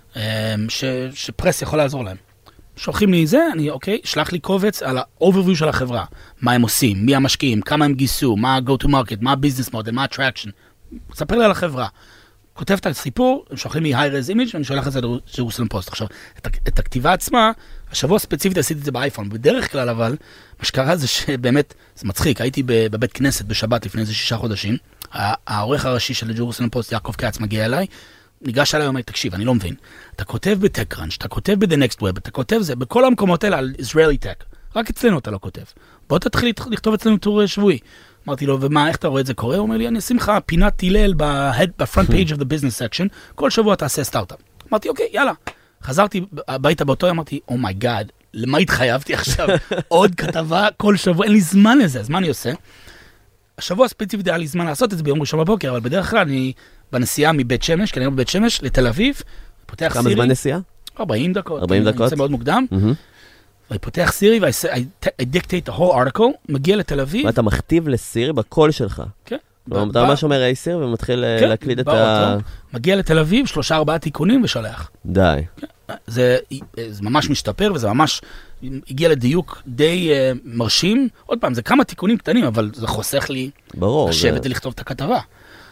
S2: ש, שפרס יכול לעזור להם. שולחים לי זה, אני, אוקיי, שלח לי קובץ על ה-overview של החברה, מה הם עושים, מי המשקיעים, כמה הם גיסו, מה ה-go to market, מה ה-business model, מה ה-traction. ספר לי על החברה. כותב את הסיפור, הם שולחים לי high-res image, ואני שולח את זה לג'רוסלם פוסט. עכשיו, את, את הכתיבה עצמה, השבוע ספציפית עשיתי את זה באייפון, בדרך כלל אבל, מה שקרה זה שבאמת, זה מצחיק, הייתי בבית כנסת בשבת לפני איזה שישה חודשים, העורך הראשי של ג'רוסלם פוסט, יעקב קץ, מגיע אליי, ניגש אליי ואומר, תקשיב, אני לא מבין, אתה כותב בטק-קראנץ', אתה כותב ב-The Next Web, אתה כותב זה, בכל המקומות האלה על Israeli Tech, רק אצלנו אתה לא כותב. בוא תתחיל לכתוב אצלנו טור שבועי. אמרתי לו, ומה, איך אתה רואה את זה קורה? הוא אומר לי, אני אשים לך פינת תילל ב-front page of the business section, כל שבוע תעשה סטארט-אפ. אמרתי, אוקיי, יאללה. חזרתי הביתה באותו, אמרתי, Oh my God, למה התחייבתי עכשיו? עוד כתבה כל שבוע, אין לי זמן לזה, אז מה אני עושה? השבוע הספציפית היה לי זמן לעשות את זה ביום ראשון בבוקר, אבל בדרך כלל אני בנסיעה מבית שמש, כי אני בבית שמש, לתל אביב, פותח סירי.
S1: כמה זמן נסיעה?
S2: ארבעים דקות.
S1: ארבעים דקות?
S2: אני יוצא מאוד מוקדם. ואני פותח סירי, I dictate the whole article, מגיע לתל אביב.
S1: ואתה מכתיב לסירי בקול שלך. כן. אתה ממש אומר, היי סיר, ומתחיל להקליד את ה...
S2: מגיע לתל אביב, שלושה ארבעה תיקונים ושולח.
S1: די.
S2: זה ממש משתפר, וזה ממש הגיע לדיוק די מרשים. עוד פעם, זה כמה תיקונים קטנים, אבל זה חוסך לי לשבת ולכתוב את הכתבה.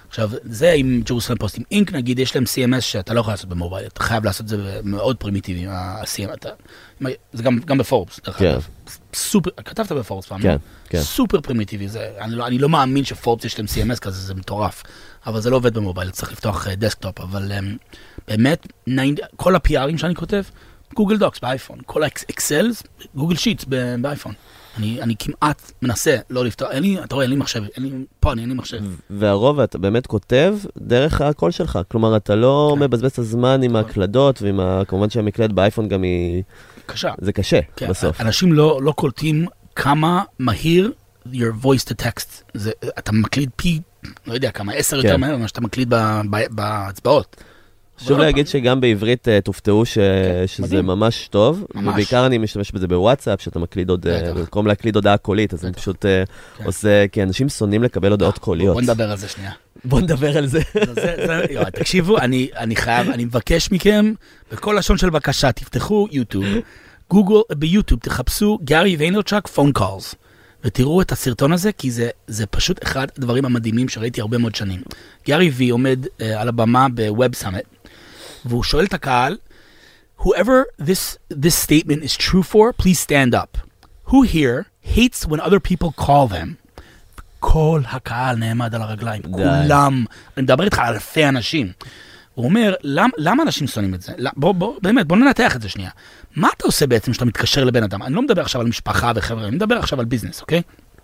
S2: עכשיו, זה עם ג'רוסלם פוסט, עם אינק נגיד, יש להם סי אם אס שאתה לא יכול לעשות במובייל, אתה חייב לעשות את זה מאוד פרימיטיבי, ה-סי אם אס, זה גם, גם בפורבס, דרך אגב. סופר, כתבת בפורבס פעם,
S1: כן, כן.
S2: סופר פרימיטיבי, זה, אני, לא, אני לא מאמין שפורבס יש להם סי אם אס כזה, זה מטורף, אבל זה לא עובד במובייל, צריך לפתוח דסקטופ, אבל um, באמת, כל ה-פי ארים שאני כותב, גוגל דוקס באייפון, כל האקסלס, גוגל שיטס באייפון. אני, אני כמעט מנסה לא לפתוח, אין לי, אתה רואה, אין לי מחשב, אין לי, פה אני, אין לי מחשב.
S1: והרוב אתה באמת כותב דרך הקול שלך, כלומר אתה לא
S2: כן.
S1: מבזבז את הזמן עם ההקלדות, ועם ה... כמובן שהמקלט באייפון גם היא...
S2: קשה.
S1: זה קשה,
S2: כן.
S1: בסוף.
S2: אנשים לא, לא קולטים כמה מהיר your voice to text. זה, אתה מקליד פי, לא יודע כמה, עשר
S1: כן.
S2: יותר מהר ממה שאתה מקליד ב, ב, בהצבעות.
S1: חשוב להגיד שגם בעברית תופתעו ש... שזה
S2: מדהים.
S1: ממש טוב,
S2: ממש.
S1: ובעיקר אני משתמש בזה בוואטסאפ, שאתה מקליד עוד,
S2: בטח.
S1: במקום להקליד הודעה קולית, אז אני פשוט עושה, כי אנשים שונאים לקבל הודעות קוליות.
S2: בוא נדבר על זה שנייה.
S1: בוא נדבר על זה.
S2: זה, זה, יו, תקשיבו, אני, אני חייב, אני מבקש מכם, בכל לשון של בקשה, תפתחו יוטיוב, גוגל, ביוטיוב תחפשו גארי ויינרצ'אק פון קולס, ותראו את הסרטון הזה, כי זה, זה פשוט אחד הדברים המדהימים שראיתי הרבה מאוד שנים. גארי וי עומד uh, על הבמה בווב סאמט, והוא שואל את הקהל, whoever this, this statement is true for, please stand up. Who here hates when other people call them? כל הקהל נעמד על הרגליים,
S1: די.
S2: כולם, אני מדבר איתך על אלפי אנשים. הוא אומר, למ, למה אנשים שונאים את זה? בוא, בוא, באמת, בוא ננתח את זה שנייה. מה אתה עושה בעצם כשאתה מתקשר לבן אדם? אני לא מדבר עכשיו על משפחה וחבר'ה, אני מדבר עכשיו על ביזנס, אוקיי?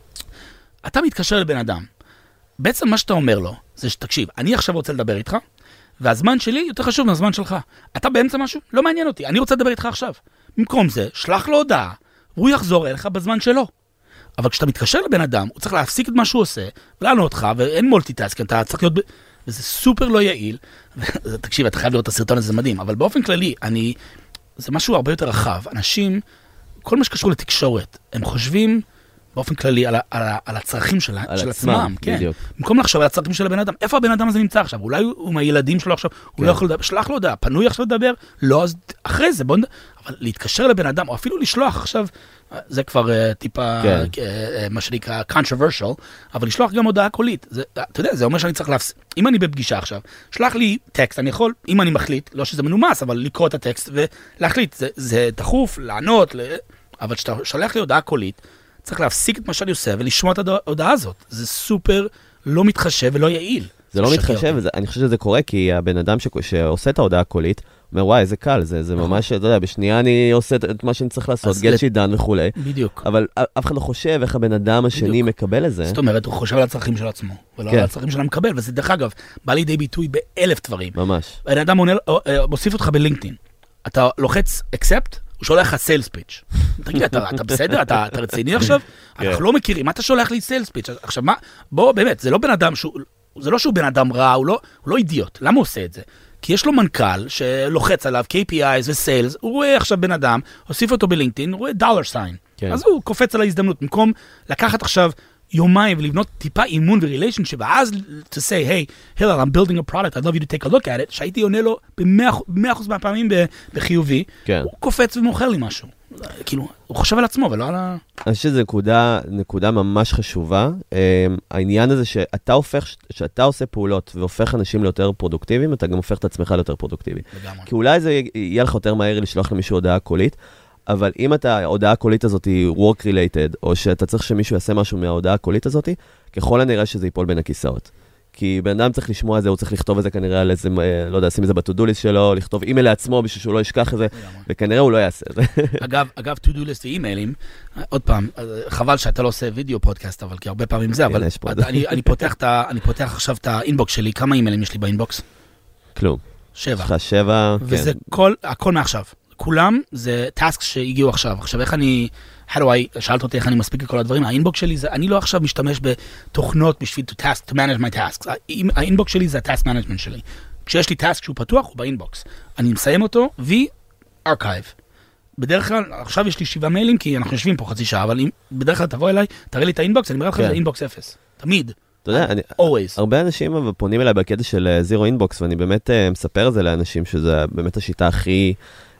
S2: אתה מתקשר לבן אדם. בעצם מה שאתה אומר לו, זה שתקשיב, אני עכשיו רוצה לדבר איתך, והזמן שלי יותר חשוב מהזמן שלך. אתה באמצע משהו? לא מעניין אותי, אני רוצה לדבר איתך עכשיו. במקום זה, שלח לו הודעה, והוא יחזור אליך בזמן שלו. אבל כשאתה מתקשר לבן אדם, הוא צריך להפסיק את מה שהוא עושה, ולענות אותך, ואין מולטיטאסק, אתה צריך להיות... ב... וזה סופר לא יעיל. תקשיב, אתה חייב לראות את הסרטון הזה, זה מדהים. אבל באופן כללי, אני... זה משהו הרבה יותר רחב. אנשים, כל מה שקשור לתקשורת, הם חושבים באופן כללי על, ה... על, ה... על הצרכים של,
S1: על
S2: של
S1: עצמם,
S2: עצמם. כן.
S1: בדיוק.
S2: במקום לחשוב על הצרכים של הבן אדם, איפה הבן אדם הזה נמצא עכשיו? אולי הוא עם הילדים שלו עכשיו, הוא
S1: כן.
S2: לא יכול לדבר, שלח לו דעה, פנוי עכשיו לדבר, לא, אז אחרי זה, בוא נד... אבל להתקשר לבן אדם, או אפילו לשלוח עכשיו, זה כבר uh, טיפה,
S1: כן.
S2: uh, uh, מה שנקרא, controversial, אבל לשלוח גם הודעה קולית. זה, אתה יודע, זה אומר שאני צריך להפס... אם אני בפגישה עכשיו, שלח לי טקסט, אני יכול, אם אני מחליט, לא שזה מנומס, אבל לקרוא את הטקסט ולהחליט, זה, זה תחוף, לענות, ל... אבל כשאתה שולח לי הודעה קולית, צריך להפסיק את מה שאני עושה ולשמוע את ההודעה הזאת. זה סופר לא מתחשב ולא יעיל.
S1: זה לא מתחשב, וזה, אני חושב שזה קורה, כי הבן אדם ש... שעושה את ההודעה הקולית, אומר, וואי, איזה קל, זה, זה ממש, אתה יודע, בשנייה אני עושה את מה שאני צריך לעשות, גט שידן וכו'.
S2: בדיוק.
S1: אבל אף אחד לא חושב איך הבן אדם השני
S2: בדיוק.
S1: מקבל את זה.
S2: זאת אומרת, הוא חושב על הצרכים של עצמו, ולא
S1: כן.
S2: על הצרכים של המקבל, וזה דרך אגב, בא לידי ביטוי באלף דברים.
S1: ממש.
S2: בן אדם עונה, מוסיף אותך בלינקדאין, אתה לוחץ accept, הוא שולח לך סיילס פיץ'. תגיד, אתה, אתה בסדר? אתה, אתה רציני עכשיו? אנחנו לא מכירים, מה אתה שולח לי סיילס פיץ'? עכשיו מה, בוא, באמת, זה לא בן אדם שהוא, זה לא שהוא בן אדם רע, הוא לא, הוא לא אידיוט. למה הוא עושה את זה? כי יש לו מנכ"ל שלוחץ עליו קיי פי איז וסיילס, הוא רואה עכשיו בן אדם, הוסיף אותו בלינקדאין, הוא רואה דולר סיין.
S1: כן.
S2: אז הוא קופץ על ההזדמנות, במקום לקחת עכשיו יומיים ולבנות טיפה אימון וריליישנשיפ, ואז to say, hey, Hillel, I'm building a product, I'd love you to take a look at it, שהייתי עונה לו ב-מאה אחוז מהפעמים בחיובי,
S1: כן.
S2: הוא קופץ ומוכר לי משהו. כאילו, הוא חושב על עצמו ולא על ה...
S1: אני חושב שזו נקודה, נקודה ממש חשובה. Um, העניין הזה שאתה הופך, שאתה עושה פעולות והופך אנשים ליותר פרודוקטיביים, אתה גם הופך את עצמך ליותר פרודוקטיבי.
S2: לגמרי.
S1: כי אולי זה יהיה לך יותר מהר לשלוח למישהו הודעה קולית, אבל אם אתה, ההודעה הקולית הזאת היא work related, או שאתה צריך שמישהו יעשה משהו מההודעה הקולית הזאת, ככל הנראה שזה ייפול בין הכיסאות. כי בן אדם צריך לשמוע את זה, הוא צריך לכתוב את זה כנראה על איזה, לא יודע, שים את זה בטודו-ליסט שלו, לכתוב אימייל לעצמו בשביל שהוא לא ישכח את זה, וכנראה הוא לא יעשה את זה.
S2: אגב, אגב, טודו-ליסט ואימיילים, עוד פעם, חבל שאתה לא עושה וידאו פודקאסט, אבל כי הרבה פעמים זה, אבל אני פותח את ה, אני פותח עכשיו את האינבוקס שלי, כמה אימיילים יש לי באינבוקס?
S1: כלום.
S2: שבע.
S1: יש לך שבע, כן.
S2: וזה כל, הכל מעכשיו. כולם זה טאסק שהגיעו עכשיו. עכשיו, איך אני, how do I, שאלת אותי איך אני מספיק לכל הדברים, האינבוקס שלי זה, אני לא עכשיו משתמש בתוכנות בשביל to task, to manage my tasks. האינבוקס שלי זה ה-task management שלי. כשיש לי טאסק שהוא פתוח, הוא באינבוקס. אני מסיים אותו, ו-archive. בדרך כלל, עכשיו יש לי שבעה מיילים, כי אנחנו יושבים פה חצי שעה, אבל אם בדרך כלל תבוא אליי, תראה לי את האינבוקס, אני מראה לך שזה אינבוקס אפס. תמיד.
S1: אתה יודע, אני,
S2: always.
S1: הרבה אנשים פונים אליי בקטע של זירו אינבוקס, ואני באמת מספר את זה לאנשים, שזה באמת השיטה הכי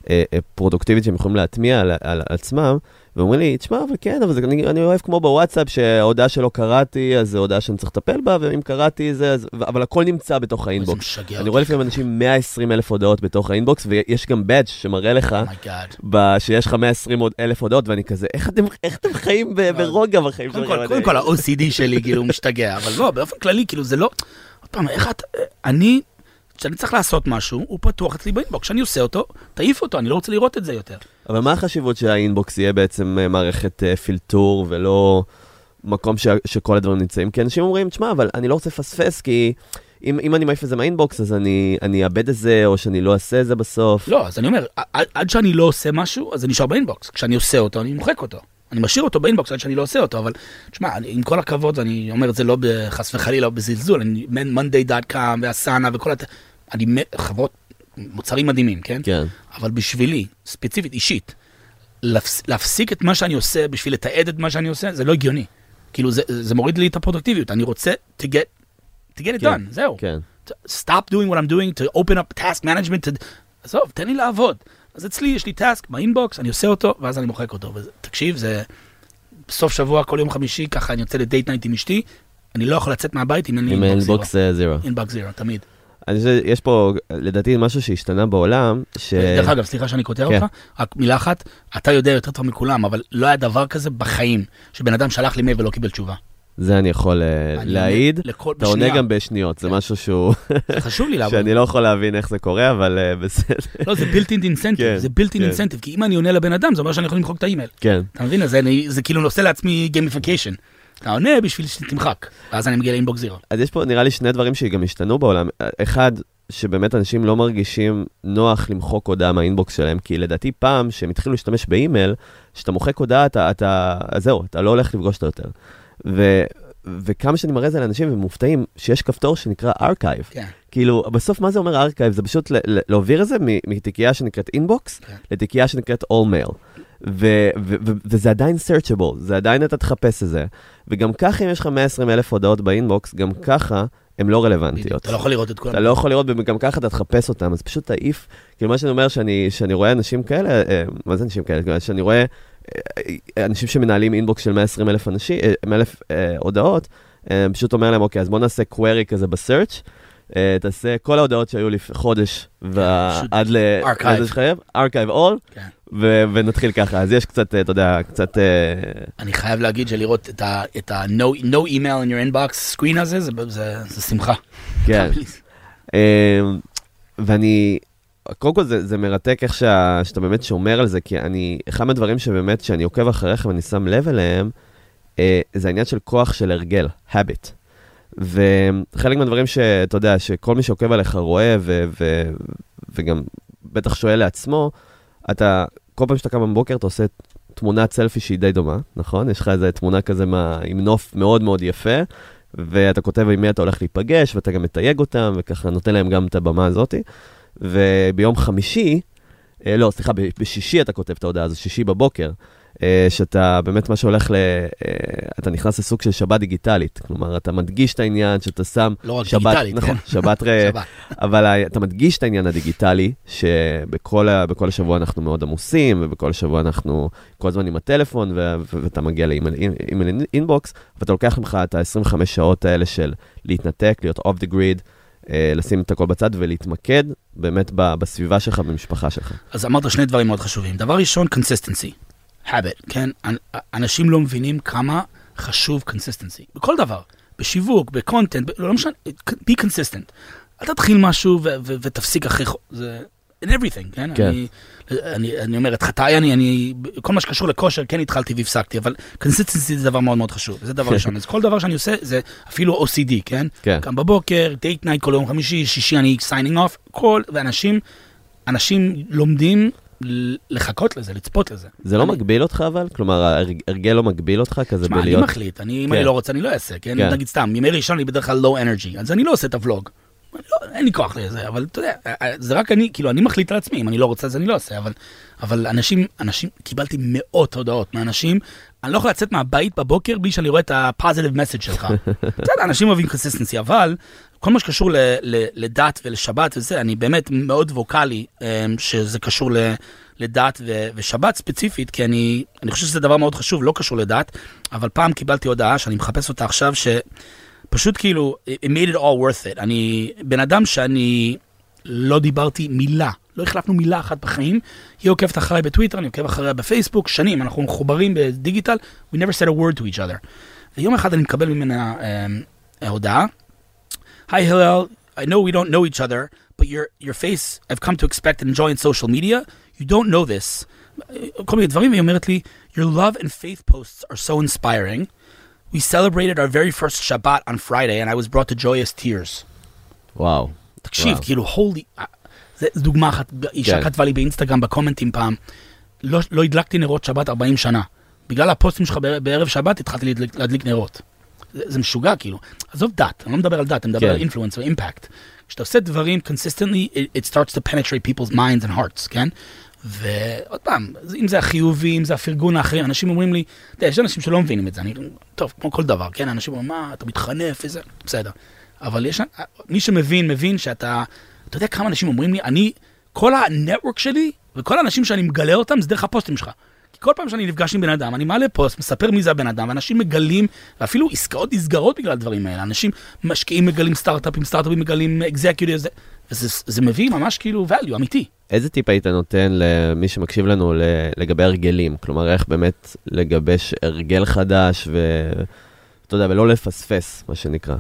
S1: פרודוקטיבית שהם יכולים להטמיע על, על עצמם, ואומרים לי, תשמע, אבל כן, אבל זה, אני, אני אוהב כמו בוואטסאפ, שההודעה שלא קראתי, אז זו הודעה שאני צריך לטפל בה, ואם קראתי זה, אז, אבל הכל נמצא בתוך האינבוקס. אני רואה לפעמים אנשים מאה ועשרים אלף הודעות בתוך האינבוקס, ויש גם בדג' שמראה לך, ב, שיש לך מאה ועשרים אלף הודעות, ואני כזה, איך אתם, איך אתם חיים ברוגע בחיים שלכם?
S2: קודם כל, ה-או סי די שלי, כאילו, משתגע, אבל לא, באופן כללי, כאילו, זה לא, עוד פעם, איך את, אני, כשאני צריך לעשות משהו, הוא פתוח אצלי באינבוקס. כשאני עושה אותו, תעיף אותו, אני לא רוצה לראות את זה יותר.
S1: אבל מה החשיבות שהאינבוקס יהיה בעצם מערכת פילטור, ולא מקום ש... שכל הדברים נמצאים? כי אנשים אומרים, תשמע, אבל אני לא רוצה לפספס, כי אם, אם אני מעיף את זה מהאינבוקס, אז אני, אני אאבד את זה, או שאני לא אעשה את זה בסוף.
S2: לא, אז אני אומר, עד, עד שאני לא עושה משהו, אז זה נשאר באינבוקס. כשאני עושה אותו, אני מוחק אותו. אני משאיר אותו באינבוקס עד שאני לא עושה אותו, אבל, תשמע, עם כל הכבוד, אני אומר את זה לא בחס וחלילה, לא בזלזול, אני מאנדיי דוט קום ואסנה וכל הת... אני חברות, מוצרים מדהימים, כן?
S1: כן.
S2: אבל בשבילי, ספציפית, אישית, להפס, להפסיק את מה שאני עושה, בשביל לתעד את מה שאני עושה, זה לא הגיוני. כאילו, זה, זה מוריד לי את הפרודוקטיביות. אני רוצה to get, to get it
S1: כן,
S2: done, זהו.
S1: כן.
S2: To stop doing what I'm doing, to open up task management, to... עזוב, תן לי לעבוד. אז אצלי יש לי טאסק באינבוקס, אני עושה אותו, ואז אני מוחק אותו. ותקשיב, זה בסוף שבוע, כל יום חמישי, ככה אני יוצא לדייט נייט עם אשתי, אני לא יכול לצאת מהבית אם אין לי
S1: אינבוקס זירו.
S2: אינבוקס זירו, תמיד.
S1: אני חושב, יש פה, לדעתי, משהו שהשתנה בעולם, ש...
S2: דרך אגב, סליחה שאני קוטע אותך, רק מילה אחת, אתה יודע יותר טוב מכולם, אבל לא היה דבר כזה בחיים, שבן אדם שלח לי מייל ולא קיבל תשובה.
S1: זה אני יכול להעיד, אתה עונה גם בשניות, זה משהו שהוא...
S2: זה חשוב לי לעבוד.
S1: שאני לא יכול להבין איך זה קורה, אבל בסדר.
S2: לא, זה built-in incentive, זה built-in incentive, כי אם אני עונה לבן אדם, זה אומר שאני יכול למחוק את האימייל.
S1: כן.
S2: אתה מבין? זה כאילו נושא לעצמי gamification. אתה עונה בשביל שתמחק, ואז אני מגיע לאינבוקס זירו.
S1: אז יש פה נראה לי שני דברים שגם השתנו בעולם. אחד, שבאמת אנשים לא מרגישים נוח למחוק הודעה מהאינבוקס שלהם, כי לדעתי פעם שהם התחילו להשתמש באימייל, שאתה מוחק הודעה, אתה, אתה, זהו, אתה לא הולך לפגוש אותה יותר. ו, וכמה שאני מראה זה לאנשים, הם מופתעים שיש כפתור שנקרא ארכייב.
S2: כן.
S1: כאילו, בסוף מה זה אומר ארכייב? זה פשוט להעביר את זה מתיקייה שנקראת אינבוקס, לתיקייה שנקראת all mail. ו- ו- ו- וזה עדיין searchable, זה עדיין אתה תחפש את זה. וגם ככה אם יש לך מאה ועשרים אלף הודעות באינבוקס, גם ככה הן לא רלוונטיות.
S2: אתה לא יכול לראות את כל...
S1: אתה לא יכול לראות, וגם ככה אתה תחפש אותם, אז פשוט תעיף. כאילו מה שאני אומר, שאני, שאני רואה אנשים כאלה, מה זה אנשים כאלה? שאני רואה אנשים שמנהלים אינבוקס של מאה ועשרים אלף אנשים, מאה אלף הודעות, פשוט אומר להם, אוקיי, אז בוא נעשה query כזה בסרצ', תעשה כל ההודעות שהיו לי חודש, ועד ל... archive all, ונתחיל ככה. אז יש קצת, אתה יודע, קצת...
S2: אני חייב להגיד שלראות את ה-no email in your inbox screen הזה, זה שמחה.
S1: כן. ואני... קודם כל זה מרתק איך שאתה באמת שומר על זה, כי אני... אחד מהדברים שבאמת, שאני עוקב אחריך ואני שם לב אליהם, זה העניין של כוח של הרגל, habit. וחלק מהדברים שאתה יודע, שכל מי שעוקב עליך רואה, ו- ו- וגם בטח שואל לעצמו, אתה, כל פעם שאתה קם בבוקר, אתה עושה תמונת סלפי שהיא די דומה, נכון? יש לך איזו תמונה כזה מה, עם נוף מאוד מאוד יפה, ואתה כותב עם מי אתה הולך להיפגש, ואתה גם מתייג אותם, וככה נותן להם גם את הבמה הזאת. וביום חמישי, לא, סליחה, בשישי אתה כותב את ההודעה הזו, שישי בבוקר, שאתה באמת מה שהולך ל... אתה נכנס לסוג של שבת דיגיטלית, כלומר, אתה מדגיש את העניין שאתה שם...
S2: לא רק
S1: שבת,
S2: דיגיטלית,
S1: נכון,
S2: כן.
S1: שבת ר... אבל אתה מדגיש את העניין הדיגיטלי, שבכל ה... בכל השבוע אנחנו מאוד עמוסים, ובכל השבוע אנחנו כל הזמן עם הטלפון, ו... ואתה מגיע לאימייל אינבוקס, ואתה לוקח לך את ה-עשרים וחמש שעות האלה של להתנתק, להיות off the grid, לשים את הכל בצד ולהתמקד באמת בסביבה שלך, במשפחה שלך.
S2: אז אמרת שני דברים מאוד חשובים. דבר ראשון, consistency. habit, כן? אנשים לא מבינים כמה חשוב consistency. בכל דבר. בשיווק, בקונטנט, לא משנה, be consistent. אל תתחיל משהו ותפסיק אחרי... זה... in everything, כן?
S1: כן.
S2: אני, אני, אני אומר, את חטאי, אני, אני, כל מה שקשור לכושר, כן התחלתי והפסקתי, אבל consistency זה דבר מאוד מאוד חשוב. זה דבר ראשון. אז כל דבר שאני עושה, זה אפילו או סי די, כן?
S1: כן.
S2: גם בבוקר, date night כל יום חמישי, שישי אני signing off, כל, ואנשים, אנשים לומדים לחכות לזה, לצפות לזה.
S1: זה לא מגביל אותך אבל? כלומר, הרגל לא מגביל אותך כזה בלהיות...
S2: שמע, אני מחליט, אם אני לא רוצה, אני לא אעשה, כן? נגיד סתם, ימי ראשון אני בדרך כלל low energy, אז אני לא עושה את הוולוג. אין לי כוח לזה, אבל אתה יודע, זה רק אני, כאילו, אני מחליט על עצמי, אם אני לא רוצה, אז אני לא עושה, אבל, אבל אנשים, אנשים, קיבלתי מאות הודעות מאנשים, אני לא יכול לצאת מהבית בבוקר בלי שאני רואה את ה-positive message שלך. בסדר, אנשים אוהבים consistency, אבל כל מה שקשור ל- ל- לדת ולשבת וזה, אני באמת מאוד ווקלי שזה קשור ל- לדת ו- ושבת ספציפית, כי אני, אני חושב שזה דבר מאוד חשוב, לא קשור לדת, אבל פעם קיבלתי הודעה שאני מחפש אותה עכשיו, שפשוט כאילו, it made it all worth it. אני בן אדם שאני לא דיברתי מילה, לא החלפנו מילה אחת בחיים, היא עוקבת אחריי בטוויטר, אני עוקב אחריה בפייסבוק, שנים, אנחנו מחוברים בדיגיטל, we never said a word to each other. ויום אחד אני מקבל ממנה uh, הודעה, Hi Hillel, I know we don't know each other, but your, your face I've come to expect and enjoy in social media, you don't know this. כל מיני דברים, והיא אומרת לי, your love and faith posts are so inspiring. We celebrated our very first Shabbat on Friday, and I was brought to joyous tears.
S1: וואו.
S2: תקשיב, כאילו, holy... זה דוגמה אחת, אישה כתבה לי באינסטגרם בקומנטים פעם, לא, לא הדלקתי נרות שבת ארבעים שנה. בגלל הפוסטים שלך בערב שבת התחלתי להדליק נרות. זה, זה משוגע כאילו. עזוב דת, אני לא מדבר על דת, אני מדבר על influence או impact. כשאתה עושה דברים consistently, it, it starts to penetrate people's minds and hearts, כן? ועוד פעם, אם זה החיובי, אם זה הפרגון האחרים, אנשים אומרים לי, תה, יש אנשים שלא מבינים את זה, אני, טוב, כמו כל דבר, כן? אנשים אומרים, מה, אתה מתחנף וזה, בסדר. אבל יש, מי שמבין, מבין שאתה, אתה יודע כמה אנשים אומרים לי, אני, כל הנטוורק שלי, וכל האנשים שאני מגלה אותם, זה דרך הפוסטים שלך. כי כל פעם שאני נפגש עם בן אדם, אני מעלה פוסט, מספר מי זה הבן אדם, ואנשים מגלים, ואפילו עסקאות נסגרות בגלל הדברים האלה. אנשים משקיעים מגלים סטארט-אפים, סטארט-אפים מגלים אקזקיוטיבס, וזה זה מביא ממש כאילו value אמיתי.
S1: איזה טיפ היית נותן למי שמקשיב לנו לגבי הרגלים? כלומר, איך באמת לגבש הרגל חדש, ואתה יודע, ולא לפספס, מה שנקרא.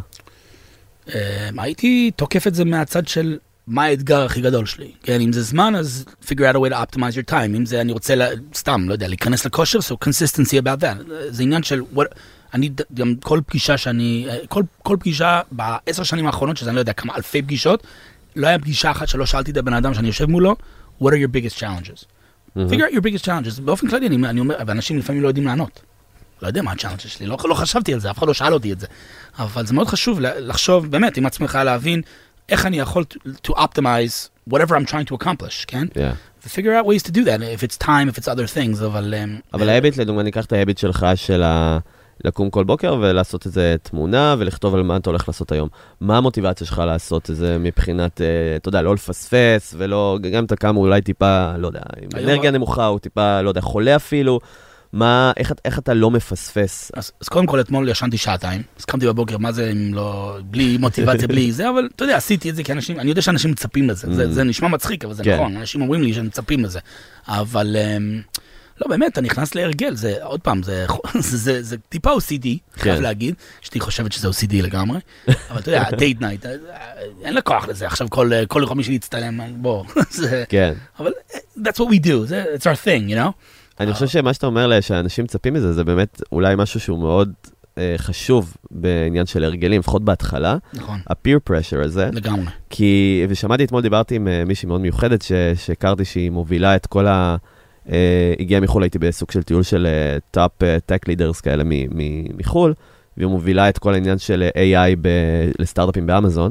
S2: הייתי תוקף את זה מהצד של מה האתגר הכי גדול שלי. כן, אם זה זמן, אז figure out a way to optimize your time. אם זה, אני רוצה, סתם, לא יודע, להיכנס לכושר, so consistency about that. זה עניין של, what, אני, גם כל פגישה שאני, כל, כל פגישה בעשר שנים האחרונות, שזה אני לא יודע, כמה אלפי פגישות, לא היה פגישה אחת שלא שאלתי את הבן אדם שאני יושב מולו, what are your biggest challenges? Mm-hmm. figure out your biggest challenges. באופן כללי, אני, אני אומר, ואנשים לפעמים לא יודעים לענות. לא יודע מה ה-challenges שלי, לא, לא חשבתי על זה, אף אחד לא שאל אותי את זה. אבל זה מאוד חשוב לחשוב, באמת, עם עצמך להבין, איך אני יכול to, to optimize whatever I'm trying to accomplish, כן?
S1: Yeah.
S2: ו-figure out ways to do that, if it's time, if it's other things, אבל...
S1: אבל ההביט, לדוגמה, ניקח את ההביט שלך של ה... לקום כל בוקר ולעשות איזה תמונה ולכתוב על מה אתה הולך לעשות היום. מה המוטיבציה שלך לעשות איזה מבחינת, אתה יודע, לא לפספס ולא, גם אתה קם אולי טיפה, לא יודע, עם אנרגיה נמוכה או טיפה, לא יודע, חולה אפילו. מה, איך, איך אתה לא מפספס?
S2: אז, אז קודם כל אתמול ישנתי שעתיים, אז קמתי בבוקר, מה זה אם לא, בלי מוטיבציה, בלי זה, אבל אתה יודע, עשיתי את זה כי אנשים, אני יודע שאנשים מצפים לזה, mm. זה, זה נשמע מצחיק, אבל זה כן. נכון, אנשים אומרים לי שהם מצפים לזה, אבל לא, באמת, אתה נכנס להרגל, זה, עוד פעם, זה, זה, זה, זה טיפה או סי די, כן. חייב להגיד, שתי חושבת שזה או סי די לגמרי, אבל אתה יודע, date night, אין לקוח לזה, עכשיו כל, כל רחוב מי שלי יצטלם, בוא, זה,
S1: כן.
S2: אבל that's what we do, זה, it's our thing, you know?
S1: אני חושב שמה שאתה אומר שאנשים מצפים מזה, זה באמת אולי משהו שהוא מאוד אה, חשוב בעניין של הרגלים, לפחות בהתחלה.
S2: נכון.
S1: ה-peer pressure הזה.
S2: לגמרי.
S1: כי, ושמעתי אתמול, דיברתי עם אה, מישהי מאוד מיוחדת, ש, שהכרתי שהיא מובילה את כל ה... אה, הגיעה מחול, הייתי בסוג של טיול של טופ טק לידרס כאלה מ, מ, מחול, והיא מובילה את כל העניין של איי איי ב, לסטארט-אפים באמזון,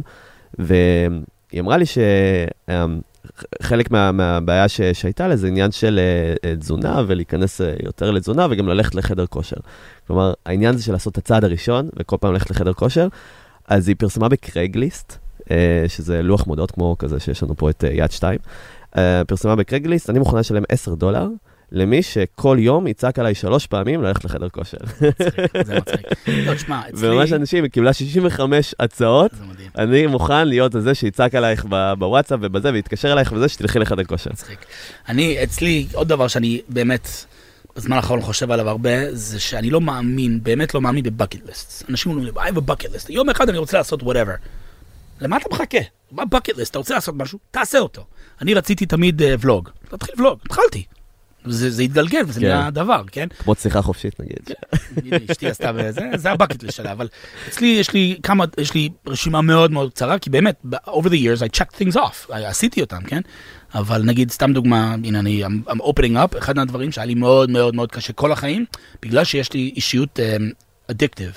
S1: והיא אמרה לי ש... אה, חלק מה, מהבעיה ש, שהייתה לה זה עניין של uh, תזונה ולהיכנס uh, יותר לתזונה וגם ללכת לחדר כושר. כלומר, העניין זה של לעשות את הצעד הראשון וכל פעם ללכת לחדר כושר, אז היא פרסמה בקרייגליסט, uh, שזה לוח מודעות כמו כזה שיש לנו פה את uh, יד שתיים, uh, פרסמה בקרייגליסט, אני מוכנה לשלם עשרה דולר, למי שכל יום יצעק עליי שלוש פעמים ללכת לחדר כושר.
S2: זה מצחיק. לא, תשמע, אצלי...
S1: וממש אנשים, היא קיבלה שישים וחמש הצעות, אני מוכן להיות הזה שיצעק עלייך בוואטסאפ ובזה, ויתקשר עלייך וזה שתלכי לחדר כושר.
S2: מצחיק. אני, אצלי, עוד דבר שאני באמת, בזמן האחרון חושב עליו הרבה, זה שאני לא מאמין, באמת לא מאמין בבקט ליסט. אנשים אומרים לי, I have a bucket list. יום אחד אני רוצה לעשות whatever. למה אתה מחכה? מה bucket list? אתה רוצה לעשות משהו? תעשה אותו. אני רציתי תמיד ולוג. תתחיל ולוג. התחלתי. זה, זה התגלגל, וזה כן. נהיה דבר, כן?
S1: כמו שיחה חופשית, נגיד.
S2: כן, אשתי עשתה בזה, זה הבקט לשלה, אבל אצלי יש לי כמה, יש לי רשימה מאוד מאוד קצרה, כי באמת, over the years, I checked things off, עשיתי אותם, כן? אבל נגיד, סתם דוגמה, הנה, אני, I'm, I'm opening up, אחד מהדברים שהיה לי מאוד מאוד מאוד קשה כל החיים, בגלל שיש לי אישיות um, addictive,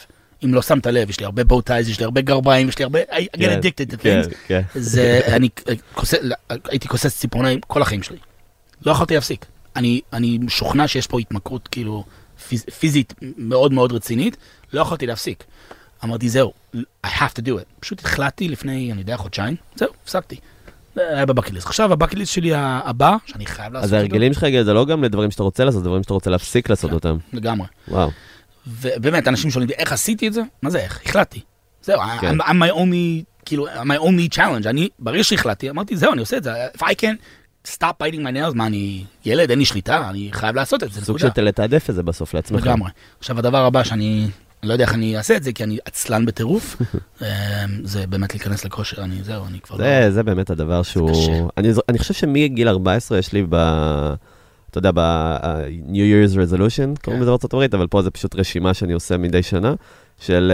S2: אם לא שמת לב, יש לי הרבה בוטייז, יש לי הרבה גרביים, יש לי הרבה, I get addicted to things. זה, אני, הייתי כוסס ציפורניים כל החיים שלי. לא יכולתי להפסיק. אני, אני משוכנע שיש פה התמכרות, כאילו, פיזית מאוד מאוד רצינית, לא יכולתי להפסיק. אמרתי, זהו, I have to do it. פשוט החלטתי לפני, אני יודע, חודשיים, זהו, הפסקתי. היה בבקליסט. עכשיו, הבקליסט שלי הבא, שאני חייב לעשות אותו.
S1: אז ההרגלים שלך, זה לא גם לדברים שאתה רוצה לעשות, דברים שאתה רוצה להפסיק לעשות אותם.
S2: לגמרי.
S1: וואו.
S2: ובאמת, אנשים שואלים, איך עשיתי את זה? מה זה, איך? החלטתי. זהו, I'm my only, כאילו, my only challenge. אני, ברגע שהחלטתי, אמרתי, זהו, אני עושה את זה. If I can stop biting my nails, מה, אני ילד, אין לי שליטה, אני חייב לעשות את זה.
S1: סוג של לתעדף את זה בסוף לעצמך.
S2: לגמרי. עכשיו, הדבר הבא שאני לא יודע איך אני אעשה את זה, כי אני עצלן בטירוף, זה באמת להיכנס לכושר, אני, זהו, אני כבר
S1: לא... זה באמת הדבר שהוא... אני חושב שמגיל ארבע עשרה יש לי ב... אתה יודע, ב-New Year's Resolution, קוראים לזה בארצות הברית, אבל פה זה פשוט רשימה שאני עושה מדי שנה, של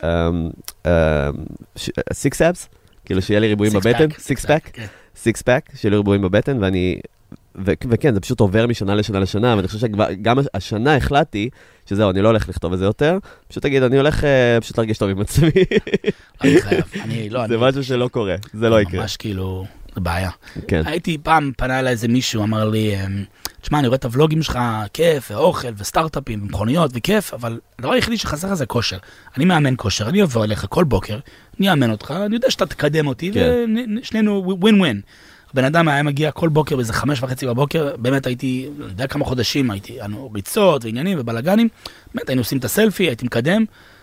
S1: six abs, כאילו שיהיה לי ריבועים בבטן, six pack, six pack, שיהיה לי ריבועים בבטן, ואני... וכן, זה פשוט עובר משנה לשנה לשנה, ואני חושב שגם השנה החלטתי שזהו, אני לא הולך לכתוב את זה יותר, פשוט תגיד, אני הולך פשוט להרגיש טוב עם עצמי.
S2: אני חייב, אני לא...
S1: זה משהו שלא קורה, זה לא יקרה.
S2: ממש כאילו, זה בעיה. הייתי פעם, פנה אליי איזה מישהו, אמר לי, תשמע, אני רואה את הוולוגים שלך, כיף, ואוכל, וסטארט-אפים, ומכוניות, וכיף, אבל הדבר היחידי שחסר זה כושר. אני מאמן כושר, אני אבוא אליך כל בוקר, אני אאמן אותך, אני יודע שאתה תקדם אותי, ושנינו ווין-ווין. בן אדם היה מגיע כל בוקר, באיזה חמש וחצי בבוקר, באמת הייתי, אני יודע כמה חודשים, הייתי ריצות ועניינים ובלגנים, באמת היינו עושים את הסלפי, הייתי מקדם,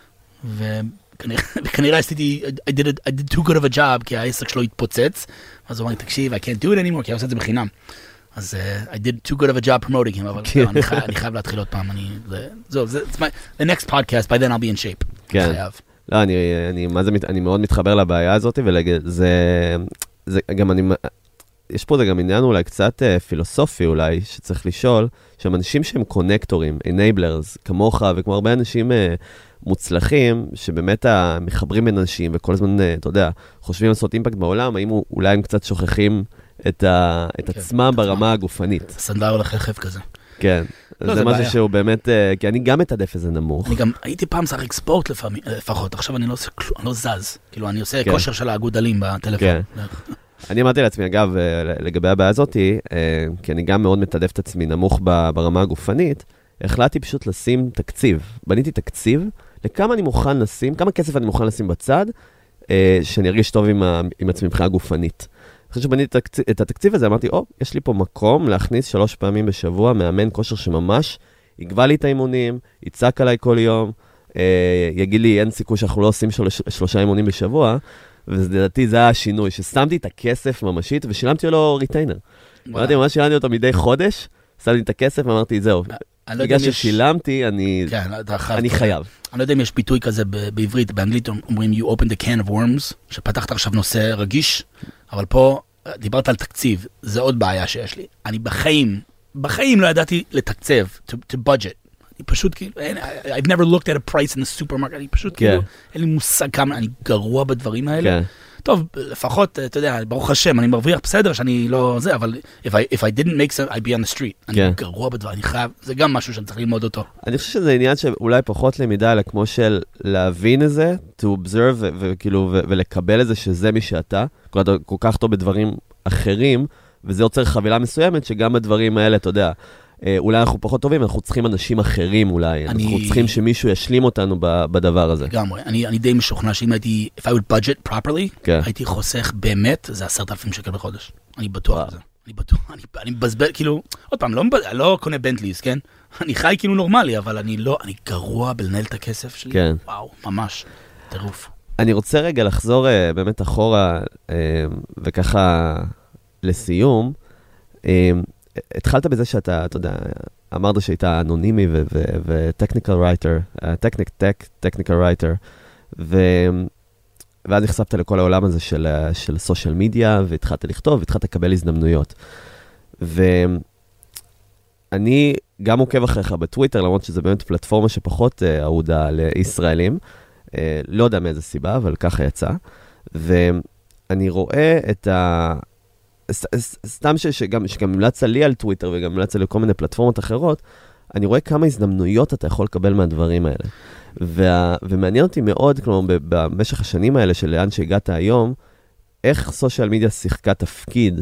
S2: וכנראה עשיתי, I did, I did too good of a job, כי העסק שלו התפוצץ, אז הוא אמר לי, תקשיב, I can't do it anymore, כי אני עושה את זה בחינם. אז I did too good of a job promoting him, אבל אני חייב להתחיל עוד פעם, זהו, זה, the next podcast, by then I'll be in shape.
S1: כן. לא, אני מאוד מתחבר לבעיה הזאת, וזה, גם אני... יש פה זה גם עניין אולי קצת אה, פילוסופי אולי, שצריך לשאול, שהם אנשים שהם קונקטורים, enablers, כמוך וכמו הרבה אנשים אה, מוצלחים, שבאמת מחברים בין אנשים, וכל הזמן, אה, אתה יודע, חושבים לעשות אימפקט בעולם, האם אולי הם קצת שוכחים את, ה, את כן, עצמם את ברמה הגופנית.
S2: סנדר הולך לחף כזה.
S1: כן, לא, זה, זה משהו בעיה. שהוא באמת, אה, כי אני גם מתעדף איזה נמוך.
S2: אני גם הייתי פעם שחק ספורט לפעמים, לפחות, עכשיו אני לא עושה כלום, אני לא זז, כאילו אני עושה כן. כושר של האגודלים בטלפון. כן.
S1: אני אמרתי לעצמי, אגב, לגבי הבעיה הזאת, כי אני גם מאוד מתעדף את עצמי נמוך ברמה הגופנית, החלטתי פשוט לשים תקציב. בניתי תקציב, לכמה אני מוכן לשים, כמה כסף אני מוכן לשים בצד, שאני ארגיש טוב עם, עם עצמי מבחינה גופנית. אחרי שבניתי את התקציב הזה, אמרתי, או, יש לי פה מקום להכניס שלוש פעמים בשבוע, מאמן כושר שממש יגבה לי את האימונים, יצעק עליי כל יום, יגיד לי, אין סיכוי שאנחנו לא עושים שלוש, שלושה אימונים בשבוע, ולדעתי זה היה השינוי, ששמתי את הכסף ממשית, ושילמתי לו ריטיינר. אמרתי, ממש שילמתי אותו מדי חודש, שמתי את הכסף, ואמרתי, זהו, בגלל ששילמתי, אני חייב.
S2: אני לא יודע אם יש ביטוי כזה בעברית, באנגלית אומרים, you opened a can of worms, שפתחת עכשיו נושא רגיש, אבל פה דיברת על תקציב, זה עוד בעיה שיש לי. אני בחיים, בחיים לא ידעתי לתקצב, to budget. אני פשוט כאילו, I've never looked at a price in the supermarket, אני פשוט כאילו, אין לי מושג כמה, אני גרוע בדברים האלה. טוב, לפחות, אתה יודע, ברוך השם, אני מרוויח בסדר שאני לא זה, אבל if I didn't make some, I'd be on the street. אני גרוע בדברים, אני חייב, זה גם משהו שאני צריך ללמוד אותו.
S1: אני חושב שזה עניין שאולי פחות למידה, אלא כמו של להבין את זה, to observe וכאילו, ולקבל את זה שזה מי שאתה, כל כך טוב בדברים אחרים, וזה יוצר חבילה מסוימת שגם בדברים האלה, אתה יודע, אולי אנחנו פחות טובים, אנחנו צריכים אנשים אחרים אולי, אני... אנחנו צריכים שמישהו ישלים אותנו בדבר הזה.
S2: לגמרי, אני, אני די משוכנע שאם הייתי, if I would budget properly, כן. הייתי חוסך באמת, זה עשרת אלפים שקל בחודש. אני בטוח בזה. אני בטוח, אני, אני מבזבז, כאילו, עוד פעם, לא, לא קונה בנטליז, כן? אני חי כאילו נורמלי, אבל אני לא, אני גרוע בלנהל את הכסף שלי. כן. וואו, ממש, טירוף.
S1: אני רוצה רגע לחזור באמת אחורה, וככה לסיום, התחלת בזה שאתה, אתה יודע, אמרת שהיית אנונימי וטכניקל רייטר, טכניק טק, טכניקל רייטר, ואז נחשפת לכל העולם הזה של סושיאל מדיה, והתחלת לכתוב, והתחלת לקבל הזדמנויות. ואני גם עוקב אחריך בטוויטר, למרות שזה באמת פלטפורמה שפחות אהודה לישראלים, לא יודע מאיזה סיבה, אבל ככה יצא. ואני רואה את ה... סתם שגם המלצה לי על טוויטר וגם המלצה לכל מיני פלטפורמות אחרות, אני רואה כמה הזדמנויות אתה יכול לקבל מהדברים האלה. וה, ומעניין אותי מאוד, כלומר, במשך השנים האלה של לאן שהגעת היום, איך סושיאל מדיה שיחקה תפקיד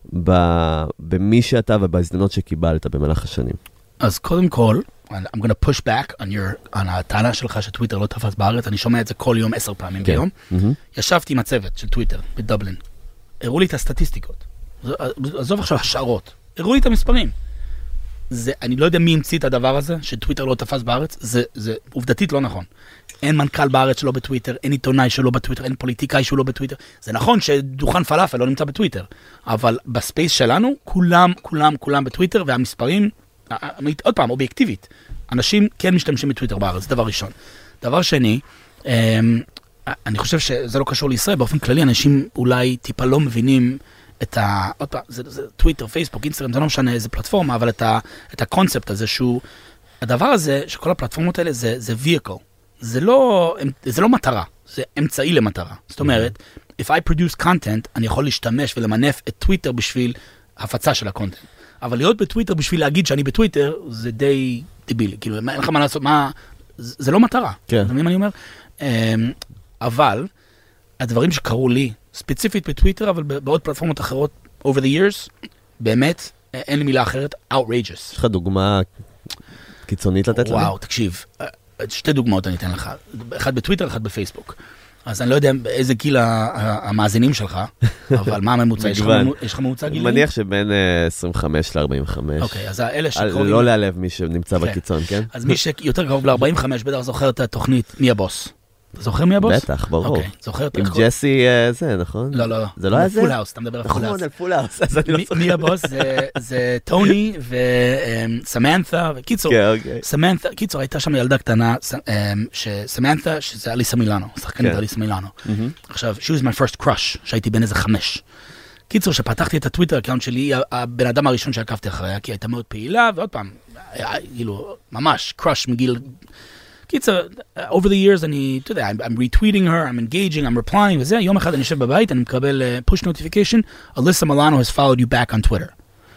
S1: במי שאתה ובהזדמנות שקיבלת במהלך השנים?
S2: אז קודם כל, I'm going to push back on your, on הטענה שלך שטוויטר לא תפס בארץ, אני שומע את זה כל יום, עשר פעמים ביום. ישבתי עם הצוות של טוויטר בדובלין, הראו לי את הסטטיסטיקות, עזוב עכשיו השערות, הראו לי את המספרים. זה, אני לא יודע מי המציא את הדבר הזה, שטוויטר לא תפס בארץ, זה, זה עובדתית לא נכון. אין מנכ"ל בארץ שלא בטוויטר, אין עיתונאי שלא בטוויטר, אין פוליטיקאי שלא בטוויטר. זה נכון שדוכן פלאפל לא נמצא בטוויטר, אבל בספייס שלנו, כולם, כולם, כולם בטוויטר, והמספרים, עוד פעם, אובייקטיבית, אנשים כן משתמשים בטוויטר בארץ, דבר ראשון. דבר שני, אני חושב שזה לא קשור לישראל, באופן כללי, אנשים אולי טיפה לא מבינים את ה... עוד פעם, זה, זה טוויטר, פייסבוק, אינסטגרם, זה לא משנה איזה פלטפורמה, אבל את ה, את הקונספט הזה שהוא... הדבר הזה, שכל הפלטפורמות האלה זה, זה vehicle. זה לא, זה לא מטרה, זה אמצעי למטרה. זאת אומרת, if I produce content, אני יכול להשתמש ולמנף את טוויטר בשביל הפצה של הקונטנט. אבל להיות בטוויטר בשביל להגיד שאני בטוויטר, זה די דיבילי. כאילו, אין לך מה לעשות, מה... זה לא מטרה. כן. אתה מבין מה אני אומר? אבל, הדברים שקרו לי, ספציפית בטוויטר, אבל בעוד פלטפורמות אחרות, over the years, באמת, אין לי מילה אחרת, outrageous.
S1: יש לך דוגמה קיצונית לתת לנו?
S2: וואו, תקשיב, שתי דוגמאות אני אתן לך, אחד בטוויטר, אחד בפייסבוק. אז אני לא יודע באיזה גיל המאזינים שלך, אבל מה הממוצע? יש לך ממוצע גילים?
S1: מניח שבין עשרים וחמש ל-ארבעים וחמש.
S2: אוקיי, אז האלה שקוראים...
S1: לא להלב מי שנמצא בקיצון, כן?
S2: אז מי שיותר קרוב ל-ארבעים וחמש, בטח זוכר את התוכנית מי הבוס. אתה זוכר מי הבוס?
S1: בטח, ברור.
S2: אוקיי, זוכר את...
S1: עם ג'סי זה, נכון?
S2: לא, לא, לא.
S1: זה לא היה זה?
S2: פול האוס, אתה מדבר על פול האוס.
S1: נכון, על פול האוס, אז אני לא זוכר.
S2: מי הבוס זה טוני וסמנתה, וקיצור, סמנתה, קיצור, הייתה שם ילדה קטנה, שסמנתה, שזה אליסה מילאנו, שחקנית אליסה מילאנו. עכשיו, she was my first crush, שהייתי בן איזה חמש. קיצור, שפתחתי את הטוויטר אקאונט שלי, הבן אדם הראשון שעקבתי אחריה, כי הייתה מאוד פעילה, ועוד פעם, כאילו, ממש, crush מגיל... קיצר, over the years אני, אתה יודע, I'm retweeting her, I'm engaging, I'm replying, וזה, יום אחד אני יושב בבית, אני מקבל push notification, Alyssa Milano has followed you back on Twitter.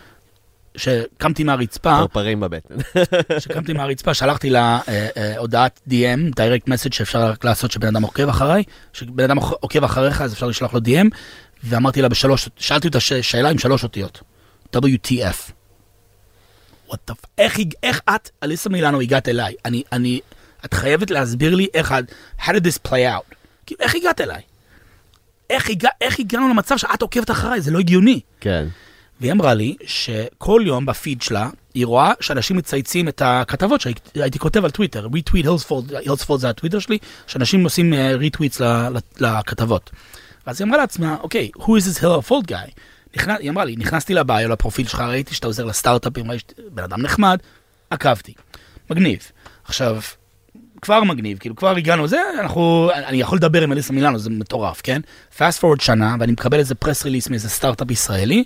S2: שקמתי מהרצפה,
S1: פרפרים בבטן.
S2: שקמתי מהרצפה, שלחתי לה הודעת די אם, direct message שאפשר לעשות שבן אדם עוקב אחריי, שבן אדם עוקב אחריך, אז אפשר לשלוח לו די אם, ואמרתי לה בשלוש, שאלתי אותה שאלה עם שלוש אותיות, דאבליו טי אף. What the f... איך, איך את, אליסה מילאנו, הגעת אליי? אני, אני... את חייבת להסביר לי איך, how did this play out? כאילו, איך הגעת אליי? איך, הגע, איך הגענו למצב שאת עוקבת אחריי? זה לא הגיוני.
S1: כן.
S2: והיא אמרה לי שכל יום בפיד שלה, היא רואה שאנשים מצייצים את הכתבות שהייתי כותב על טוויטר. retweet הילספולד, הילספולד זה הטוויטר שלי, שאנשים עושים retweets לכתבות. ואז היא אמרה לעצמה, אוקיי, who is this הילספולד guy? נכנס, היא אמרה לי, נכנסתי לביו, לפרופיל שלך, ראיתי שאתה עוזר לסטארט-אפים, ראיתי בן אדם נחמד, עקבתי. מגניב. עכשיו, כבר מגניב, כאילו כבר הגענו, זה, אנחנו, אני יכול לדבר עם אליסה מילאנו, זה מטורף, כן? fast forward שנה, ואני מקבל איזה פרס ריליס מאיזה סטארט-אפ ישראלי,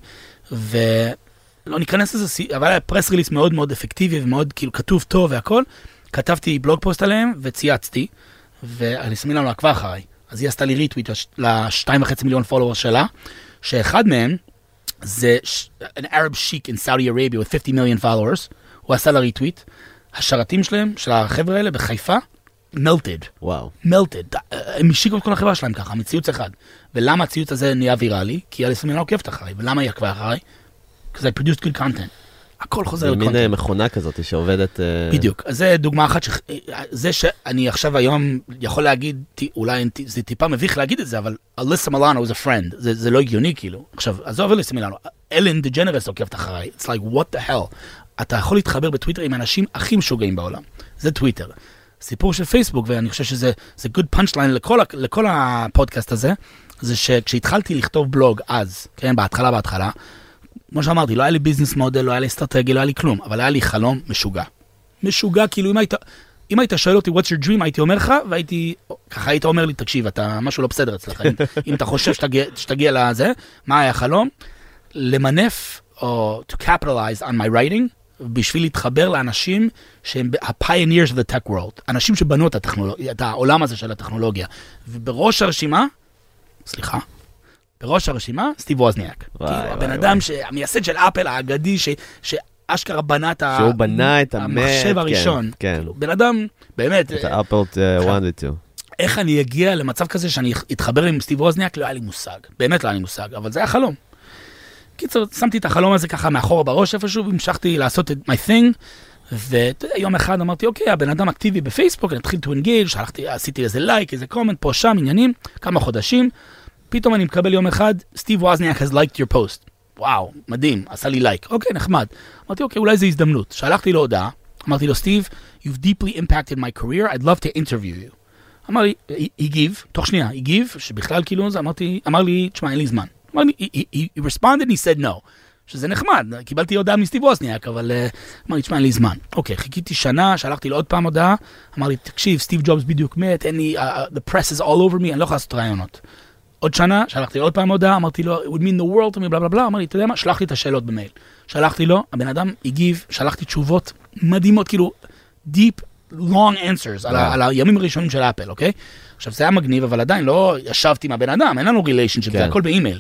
S2: ולא ניכנס לזה, אבל היה פרס ריליס מאוד מאוד אפקטיבי, ומאוד כאילו כתוב טוב והכל, כתבתי בלוג פוסט עליהם, וצייצתי, ואליסה מילאנו עקבה אחריי, אז היא עשתה לי ריטוויט לשתיים וחצי מיליון פולוורס שלה, שאחד מהם, זה an Arab sheik in Saudi Arabia with fifty million followers, הוא עשה לה ריטוויט, השרתים שלהם, של החבר'ה האלה בחיפה, melted.
S1: וואו.
S2: melted. הם השיקו את כל החברה שלהם ככה, מציוץ אחד. ולמה הציוץ הזה נהיה ויראלי? כי אליסה מילאנו עוקבת אחריי. ולמה היא עקבה אחריי? Because I produced good content. הכל חוזר לקונטנט.
S1: זה מין מכונה כזאת שעובדת...
S2: בדיוק. אז זה דוגמה אחת, זה שאני עכשיו היום יכול להגיד, אולי זה טיפה מביך להגיד את זה, אבל אליסה מילאנו is a friend. זה לא הגיוני כאילו. עכשיו, עזוב אליסה מילאנו. אלן דג'נרס עוקבת אחריי. It's like, what the hell? אתה יכול להתחבר בטוויטר עם האנשים הכי משוגעים בעולם. זה טוויטר. סיפור של פייסבוק, ואני חושב שזה זה good punchline לכל, לכל הפודקאסט הזה, זה שכשהתחלתי לכתוב בלוג אז, כן, בהתחלה, בהתחלה, כמו שאמרתי, לא היה לי ביזנס מודל, לא היה לי אסטרטגיה, לא היה לי כלום, אבל היה לי חלום משוגע. משוגע, כאילו, אם היית, אם היית שואל אותי, what's your dream, הייתי אומר לך, והייתי, ככה היית אומר לי, תקשיב, אתה משהו לא בסדר אצלך, אם, אם אתה חושב שתגיע, שתגיע לזה, מה היה חלום? למנף, או to capitalize on my writing, בשביל להתחבר לאנשים שהם ה-pioneers of the tech world, אנשים שבנו את הטכנולוגיה, את העולם הזה של הטכנולוגיה, ובראש הרשימה, סליחה, בראש הרשימה, סטיב ווזניאק. כאילו, הבן אדם, המייסד של אפל האגדי, אשכרה בנה את
S1: שהוא בנה את
S2: המחשב הראשון.
S1: כן.
S2: בן אדם, באמת.
S1: את האפל אחת ו-שתיים.
S2: איך אני אגיע למצב כזה שאני אתחבר עם סטיב ווזניאק, לא היה לי מושג. באמת לא היה לי מושג, אבל זה היה חלום. קיצור, שמתי את החלום הזה ככה מאחורה בראש איפשהו, והמשכתי לעשות את my thing, ויום אחד אמרתי, אוקיי, הבן אדם אקטיבי בפייסבוק, אני התחיל to engage, שלחתי, עשיתי איזה לייק, איזה קומנט, פה, שם, עניינים, כמה חודשים, פתאום אני מקבל יום אחד, סטיב ווזניאק has liked your post. וואו, מדהים, עשה לי לייק. אוקיי, נחמד. אמרתי, אוקיי, אולי זו הזדמנות. שלחתי לו הודעה, אמרתי לו, סטיב, you've deeply impacted my career, I'd love to interview you. אמר לי, הגיב, תוך שנייה, הגיב, שבכלל כאילו זה, אמרתי, אמר לי, תשמע, אין לי זמן. אמר לי, he responded, he said no. שזה נחמד, קיבלתי הודעה מסטיב ווזניאק, אבל אמר לי, תשמע, אין לי זמן. אוקיי, חיכיתי שנה, שלחתי לו עוד פעם הודעה, אמר לי, תקשיב, סטיב ג'ובס בדיוק מת, אין לי, the press is all over me, אני לא יכול לעשות רעיונות. עוד שנה, שלחתי לו עוד פעם הודעה, אמרתי לו, it would mean the world to me, בלה בלה בלה, אמר לי, אתה יודע מה, שלח לי את השאלות במייל. שלחתי לו, הבן אדם הגיב, שלחתי תשובות מדהימות, כאילו, deep, long answers, על, על הימים הראשונים של אפל, אוקיי? עכשיו, זה היה מגניב, אבל עדיין לא ישבתי עם הבן אדם, אין לנו relationship, זה הכל באימייל.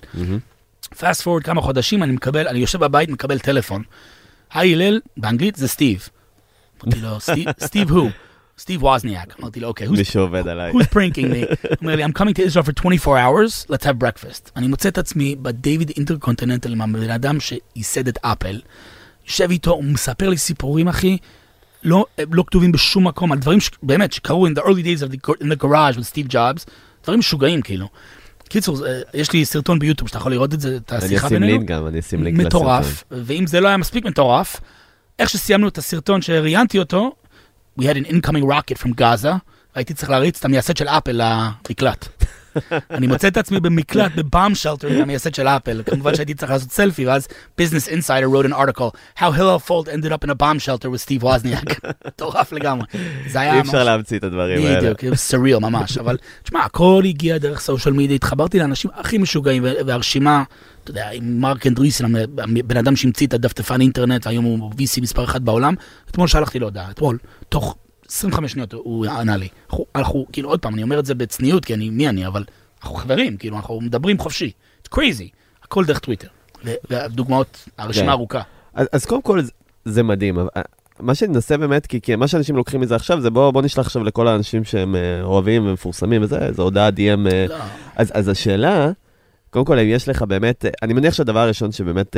S2: fast forward כמה חודשים, אני מקבל, אני יושב בבית, מקבל טלפון. היי הלל, באנגלית זה סטיב. אמרתי לו, סטיב who? סטיב ווזניאק. אמרתי לו, אוקיי,
S1: מי שעובד עליי.
S2: who's pranking me? אומר לי, I'm coming to Israel for twenty-four hours, let's have breakfast. אני מוצא את עצמי בדייוויד אינטרקונטיננטל עם הבן אדם שייסד את אפל. יושב איתו, הוא מספר לי סיפורים, אחי, לא, לא כתובים בשום מקום, על דברים ש, באמת שקרו in the early days of the, in the garage with Steve Jobs, דברים משוגעים כאילו. קיצור, יש לי סרטון ביוטיוב שאתה יכול לראות את זה, את השיחה בינינו.
S1: אני אשים לינק גם, אני אשים לינק לסרטון.
S2: מטורף, ואם זה לא היה מספיק מטורף, איך שסיימנו את הסרטון שראיינתי אותו, we had an incoming rocket from Gaza, והייתי צריך להריץ את המייסד של אפל למקלט. אני מוצא את עצמי במקלט, בבאם שלטר, עם המייסד של אפל. כמובן שהייתי צריך לעשות סלפי, ואז Business Insider wrote an article, How Hillel Fold ended up in a bomb shelter with Steve Wozniak. מטורף לגמרי.
S1: אי אפשר להמציא את הדברים האלה.
S2: בדיוק, זה סריל ממש. אבל, תשמע, הכל הגיע דרך סושיאל מדיה, התחברתי לאנשים הכי משוגעים, והרשימה, אתה יודע, עם מרק אנדריסן, בן אדם שהמציא את הדפדפן אינטרנט, והיום הוא וי סי מספר אחד בעולם, אתמול שלחתי לו הודעה, אתמול, תוך עשרים וחמש שניות הוא ענה לי. אנחנו, אנחנו, כאילו, עוד פעם, אני אומר את זה בצניעות, כי אני, מי אני, אבל אנחנו חברים, כאילו, אנחנו מדברים חופשי. It's crazy. הכל דרך טוויטר. והדוגמאות, הרשימה ארוכה.
S1: אז, אז קודם כל, זה מדהים. מה שאני ננסה באמת, כי, כי מה שאנשים לוקחים מזה עכשיו, זה בוא, בוא נשלח עכשיו לכל האנשים שהם אוהבים ומפורסמים, וזה, זה הודעה די אם. לא. אז, אז השאלה, קודם כל, אם יש לך באמת, אני מניח שהדבר הראשון שבאמת,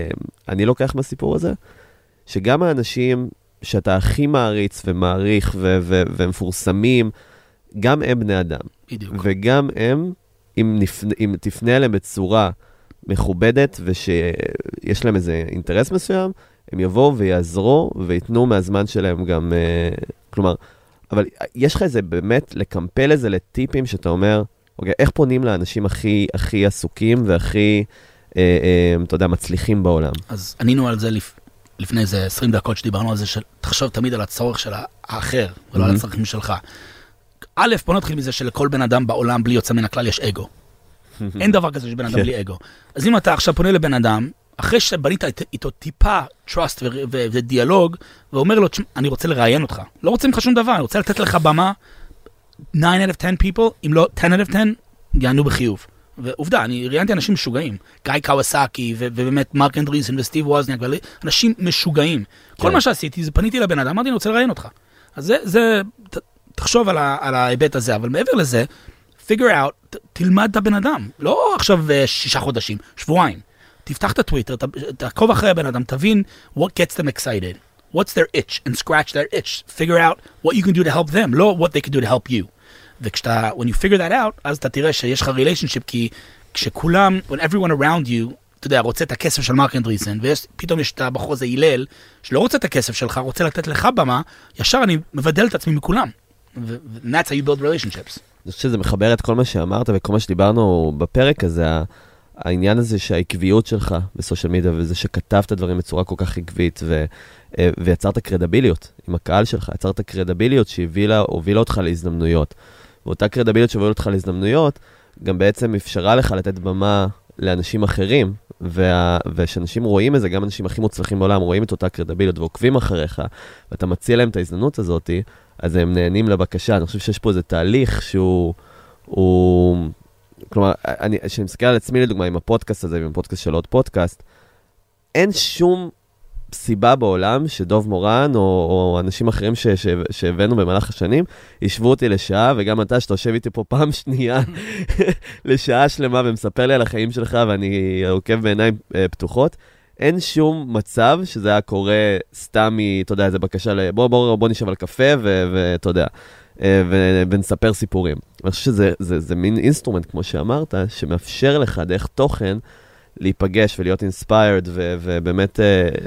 S1: אני לוקח מהסיפור הזה, שגם האנשים שאתה הכי מעריץ ומעריך ו- ו- ומפורסמים, גם הם בני אדם.
S2: בדיוק.
S1: וגם הם, אם, נפנה, אם תפנה אליהם בצורה מכובדת, ושיש להם איזה אינטרס מסוים, הם יבואו ויעזרו, ויתנו מהזמן שלהם גם, uh, כלומר, אבל יש לך איזה באמת לקמפל איזה לטיפים שאתה אומר, אוקיי, איך פונים לאנשים הכי, הכי עסוקים והכי, uh, uh, אתה יודע, מצליחים בעולם?
S2: אז ענינו על זה לפ... לפני איזה עשרים דקות שדיברנו על זה, שתחשוב תמיד על הצורך של האחר, ולא על הצרכים שלך. א', בוא נתחיל מזה שלכל בן אדם בעולם בלי יוצא מן הכלל יש אגו. אין דבר כזה שבן אדם בלי אגו. אז אם אתה עכשיו פונה לבן אדם, אחרי שבנית איתו טיפה trust ודיאלוג, ואומר לו, אני רוצה לראיין אותך. לא רוצה ממך שום דבר, אני רוצה לתת לך במה, nine out of ten people, אם לא ten out of ten, יענו בחיוב. ועובדה, אני ראיינתי אנשים משוגעים. גיא קוואסקי, ובאמת מרק אנדריסן וסטיב ווזניאק, אנשים משוגעים. כל מה שעשיתי, זה פניתי לבן אדם, אמרתי, אני רוצה לראיין אותך. אז זה, זה, תחשוב על, ה, על ההיבט הזה, אבל מעבר לזה, figure out, תלמד את הבן אדם. לא עכשיו שישה חודשים, שבועיים. תפתח את הטוויטר, תעקוב אחרי הבן אדם, תבין what gets them excited. What's their itch, and scratch their itch. Figure out what you can do to help them, לא what they can do to help you. וכשאתה, when you figure that out, אז אתה תראה שיש לך relationship, כי כשכולם, when everyone around you, אתה יודע, רוצה את הכסף של מרק אנדריסן, ופתאום יש את הבחור הזה הלל, שלא רוצה את הכסף שלך, רוצה לתת לך במה, ישר אני מבדל את עצמי מכולם. And that's how you build relationships.
S1: אני חושב שזה מחבר את כל מה שאמרת, וכל מה שדיברנו בפרק הזה, העניין הזה שהעקביות שלך בסושיאל מדיה, וזה שכתבת דברים בצורה כל כך עקבית, ו, ויצרת קרדביליות עם הקהל שלך, יצרת קרדביליות שהובילה אותך להזדמנויות. ואותה קרדביליות שהובילה אותך להזדמנויות, גם בעצם אפשרה לך לתת במה לאנשים אחרים, וה, ושאנשים רואים את זה, גם אנשים הכי מוצלחים בעולם, רואים את אותה קרדביליות ועוקבים אחריך, ואתה מציע להם את ההזדמנות הזאת, אז הם נהנים לבקשה. אני חושב שיש פה איזה תהליך שהוא, הוא, כלומר, אני, שאני מסתכל על עצמי לדוגמה עם הפודקאסט הזה, עם הפודקאסט של עוד פודקאסט, אין שום סיבה בעולם שדוב מורן, או, או אנשים אחרים ש, ש, שהבאנו במהלך השנים, ישבו אותי לשעה, וגם אתה שאתה יושב איתי פה פעם שנייה, לשעה שלמה, ומספר לי על החיים שלך, ואני עוקב בעיניים אה, פתוחות, אין שום מצב שזה היה קורה סתם מ, אתה יודע, איזה בקשה ל... בוא, בוא, בוא נשב על קפה, ואתה יודע, ו, ונספר סיפורים. אני חושב שזה זה, זה מין אינסטרומנט, כמו שאמרת, שמאפשר לך דרך תוכן, להיפגש ולהיות inspired, ו, ובאמת...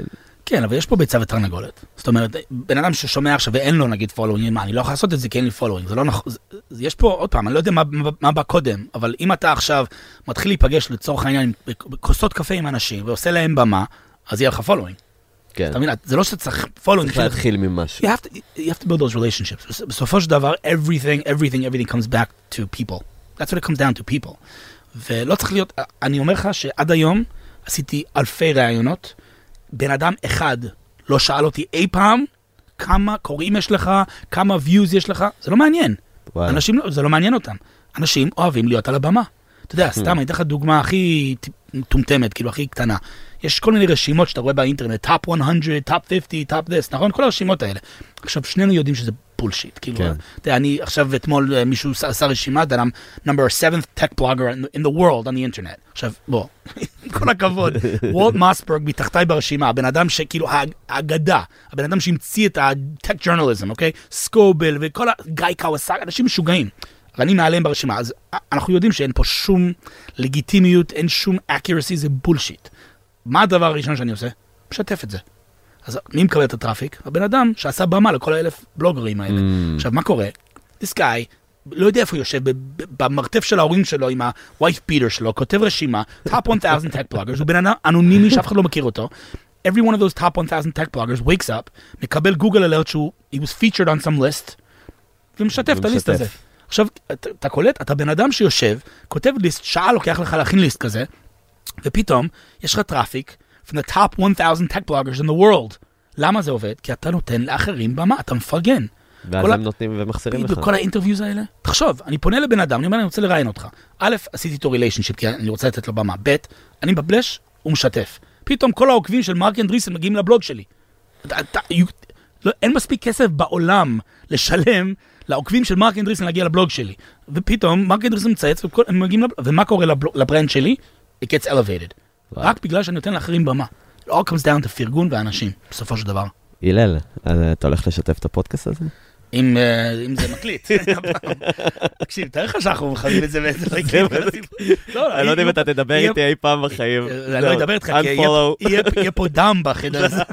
S2: כן, אבל יש פה ביצה ותרנגולת. זאת אומרת, בן אדם ששומע עכשיו ואין לו, נגיד, following, מה, אני לא יכול לעשות את זה כי אין לי following, זה לא נכון, יש פה, עוד פעם, אני לא יודע מה, מה, מה בא קודם, אבל אם אתה עכשיו מתחיל להיפגש לצורך העניין, בכוסות קפה עם אנשים, ועושה להם במה, אז יהיה לך following.
S1: כן.
S2: אתה מבין, זה לא שאתה צריך following.
S1: צריך להתחיל ממשהו.
S2: You have to, you have to build those relationships. בסופו של דבר, everything, everything, everything comes back to people. That's what it comes down to, people. ולא צריך להיות, אני אומר לך שעד היום עשיתי אלפי ראיונות, בן אדם אחד לא שאל אותי אי פעם, כמה קוראים יש לך, כמה views יש לך, זה לא מעניין. וואו. אנשים, זה לא מעניין אותם. אנשים אוהבים להיות על הבמה. אתה יודע, סתם, אני אתן לך דוגמה הכי טומטמת, כאילו הכי קטנה. יש כל מיני רשימות שאתה רואה באינטרנט, top one hundred, top fifty, top this, נכון? כל הרשימות האלה. עכשיו, שנינו יודעים שזה בולשיט. כאילו, אתה יודע, אני עכשיו אתמול מישהו עשה רשימה, that I'm number seventh tech blogger in the world on the internet. עכשיו, בוא, כל הכבוד, וולט מסברג מתחתיי ברשימה, הבן אדם שכאילו, האגדה, הבן אדם שהמציא את ה-tech journalism, אוקיי? סקובל וכל הגיא קאווסק, אנשים משוגעים. ואני מעליהם ברשימה, אז אנחנו יודעים שאין פה שום לגיטימיות, אין שום accuracy, זה בולשיט. מה הדבר הראשון שאני עושה? משתף את זה. אז מי מקבל את הטראפיק? הבן אדם שעשה במה לכל האלף בלוגרים האלה. Mm. עכשיו, מה קורה? This guy, לא יודע איפה הוא יושב, במרתף של ההורים שלו, עם ה-wife beater שלו, כותב רשימה, top one thousand tech bloggers, הוא בן אדם אנונימי שאף אחד לא מכיר אותו. Every one of those top one thousand tech bloggers wakes up, מקבל גוגל alert שהוא, he was featured on some list, ומשתף את הליסט הזה. עכשיו, אתה קולט, אתה בן אדם שיושב, כותב ליסט, שעה לוקח לך להכין ליסט כזה, ופתאום יש לך טראפיק from the top one thousand tech bloggers in the world. למה זה עובד? כי אתה נותן לאחרים במה, אתה מפרגן.
S1: ואז הם נותנים ומחזירים לך.
S2: כל האינטרוויוז האלה. תחשוב, אני פונה לבן אדם, אני אומר, אני רוצה לראיין אותך. א', עשיתי איתו ריליישנשיפ, כי אני רוצה לתת לו במה. ב', אני מבלש, הוא משתף. פתאום כל העוקבים של מרק אנדריסן מגיעים לבלוג שלי. אין מספיק כסף בעולם לשלם לעוקבים של מרק אנדריסן להגיע לבלוג שלי. ופתאום מרק אנדריסן מצייץ, והם מגיעים לבלוג. ומה קורה לברנד שלי? It gets elevated. רק בגלל שאני נותן לאחרים במה. It all comes down to פרגון ואנשים, בסופו של דבר.
S1: הלל, אתה הולך לשתף את הפודקאסט הזה?
S2: אם זה מקליט. תקשיב, תאר לך שאנחנו מחזים את זה באיזה רגיל.
S1: אני לא יודע אם אתה תדבר איתי אי פעם בחיים.
S2: אני לא אדבר איתך, כי יהיה פה דם בחדר הזה.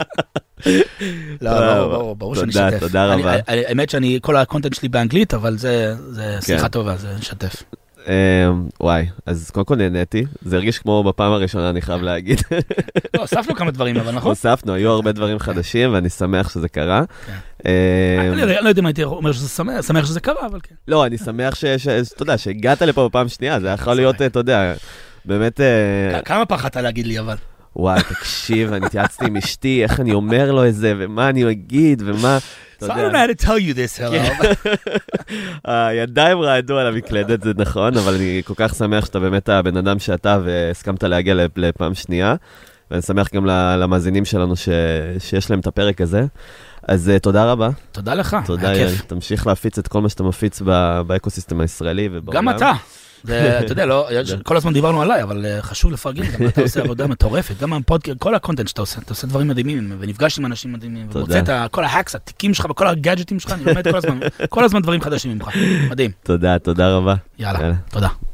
S2: לא, ברור שאני אשתף.
S1: תודה רבה.
S2: האמת שאני, כל הקונטנט שלי באנגלית, אבל זה שיחה טובה, זה נשתף.
S1: וואי, אז קודם כל נהניתי, זה הרגיש כמו בפעם הראשונה, אני חייב להגיד.
S2: לא, הוספנו כמה דברים, אבל נכון?
S1: הוספנו, היו הרבה דברים חדשים, ואני שמח שזה קרה.
S2: אני לא יודע אם הייתי אומר שזה שמח, שמח שזה קרה, אבל כן.
S1: לא, אני שמח שאתה יודע, שהגעת לפה בפעם שנייה, זה יכול להיות, אתה יודע, באמת...
S2: כמה פחדת להגיד לי, אבל?
S1: וואי, תקשיב, אני התייעצתי עם אשתי, איך אני אומר לו את זה, ומה אני אגיד, ומה...
S2: So I don't know how to tell you this, hello.
S1: הידיים רעדו על המקלדת, זה נכון, אבל אני כל כך שמח שאתה באמת הבן אדם שאתה, והסכמת להגיע לפעם שנייה, ואני שמח גם למאזינים שלנו שיש להם את הפרק הזה. אז תודה רבה.
S2: תודה לך,
S1: תודה,
S2: היה כיף.
S1: תמשיך להפיץ את כל מה שאתה מפיץ באקוסיסטם הישראלי ובעולם.
S2: גם אתה. אתה יודע, כל הזמן דיברנו עליי, אבל חשוב לפרגן, גם אתה עושה עבודה מטורפת, גם הפודקאסט, כל הקונטנט שאתה עושה, אתה עושה דברים מדהימים, ונפגש עם אנשים מדהימים, ומוצא את כל ההקס, התיקים שלך וכל הגאדג'טים שלך, אני לומד כל הזמן, כל הזמן דברים חדשים ממך, מדהים.
S1: תודה, תודה רבה.
S2: יאללה, תודה.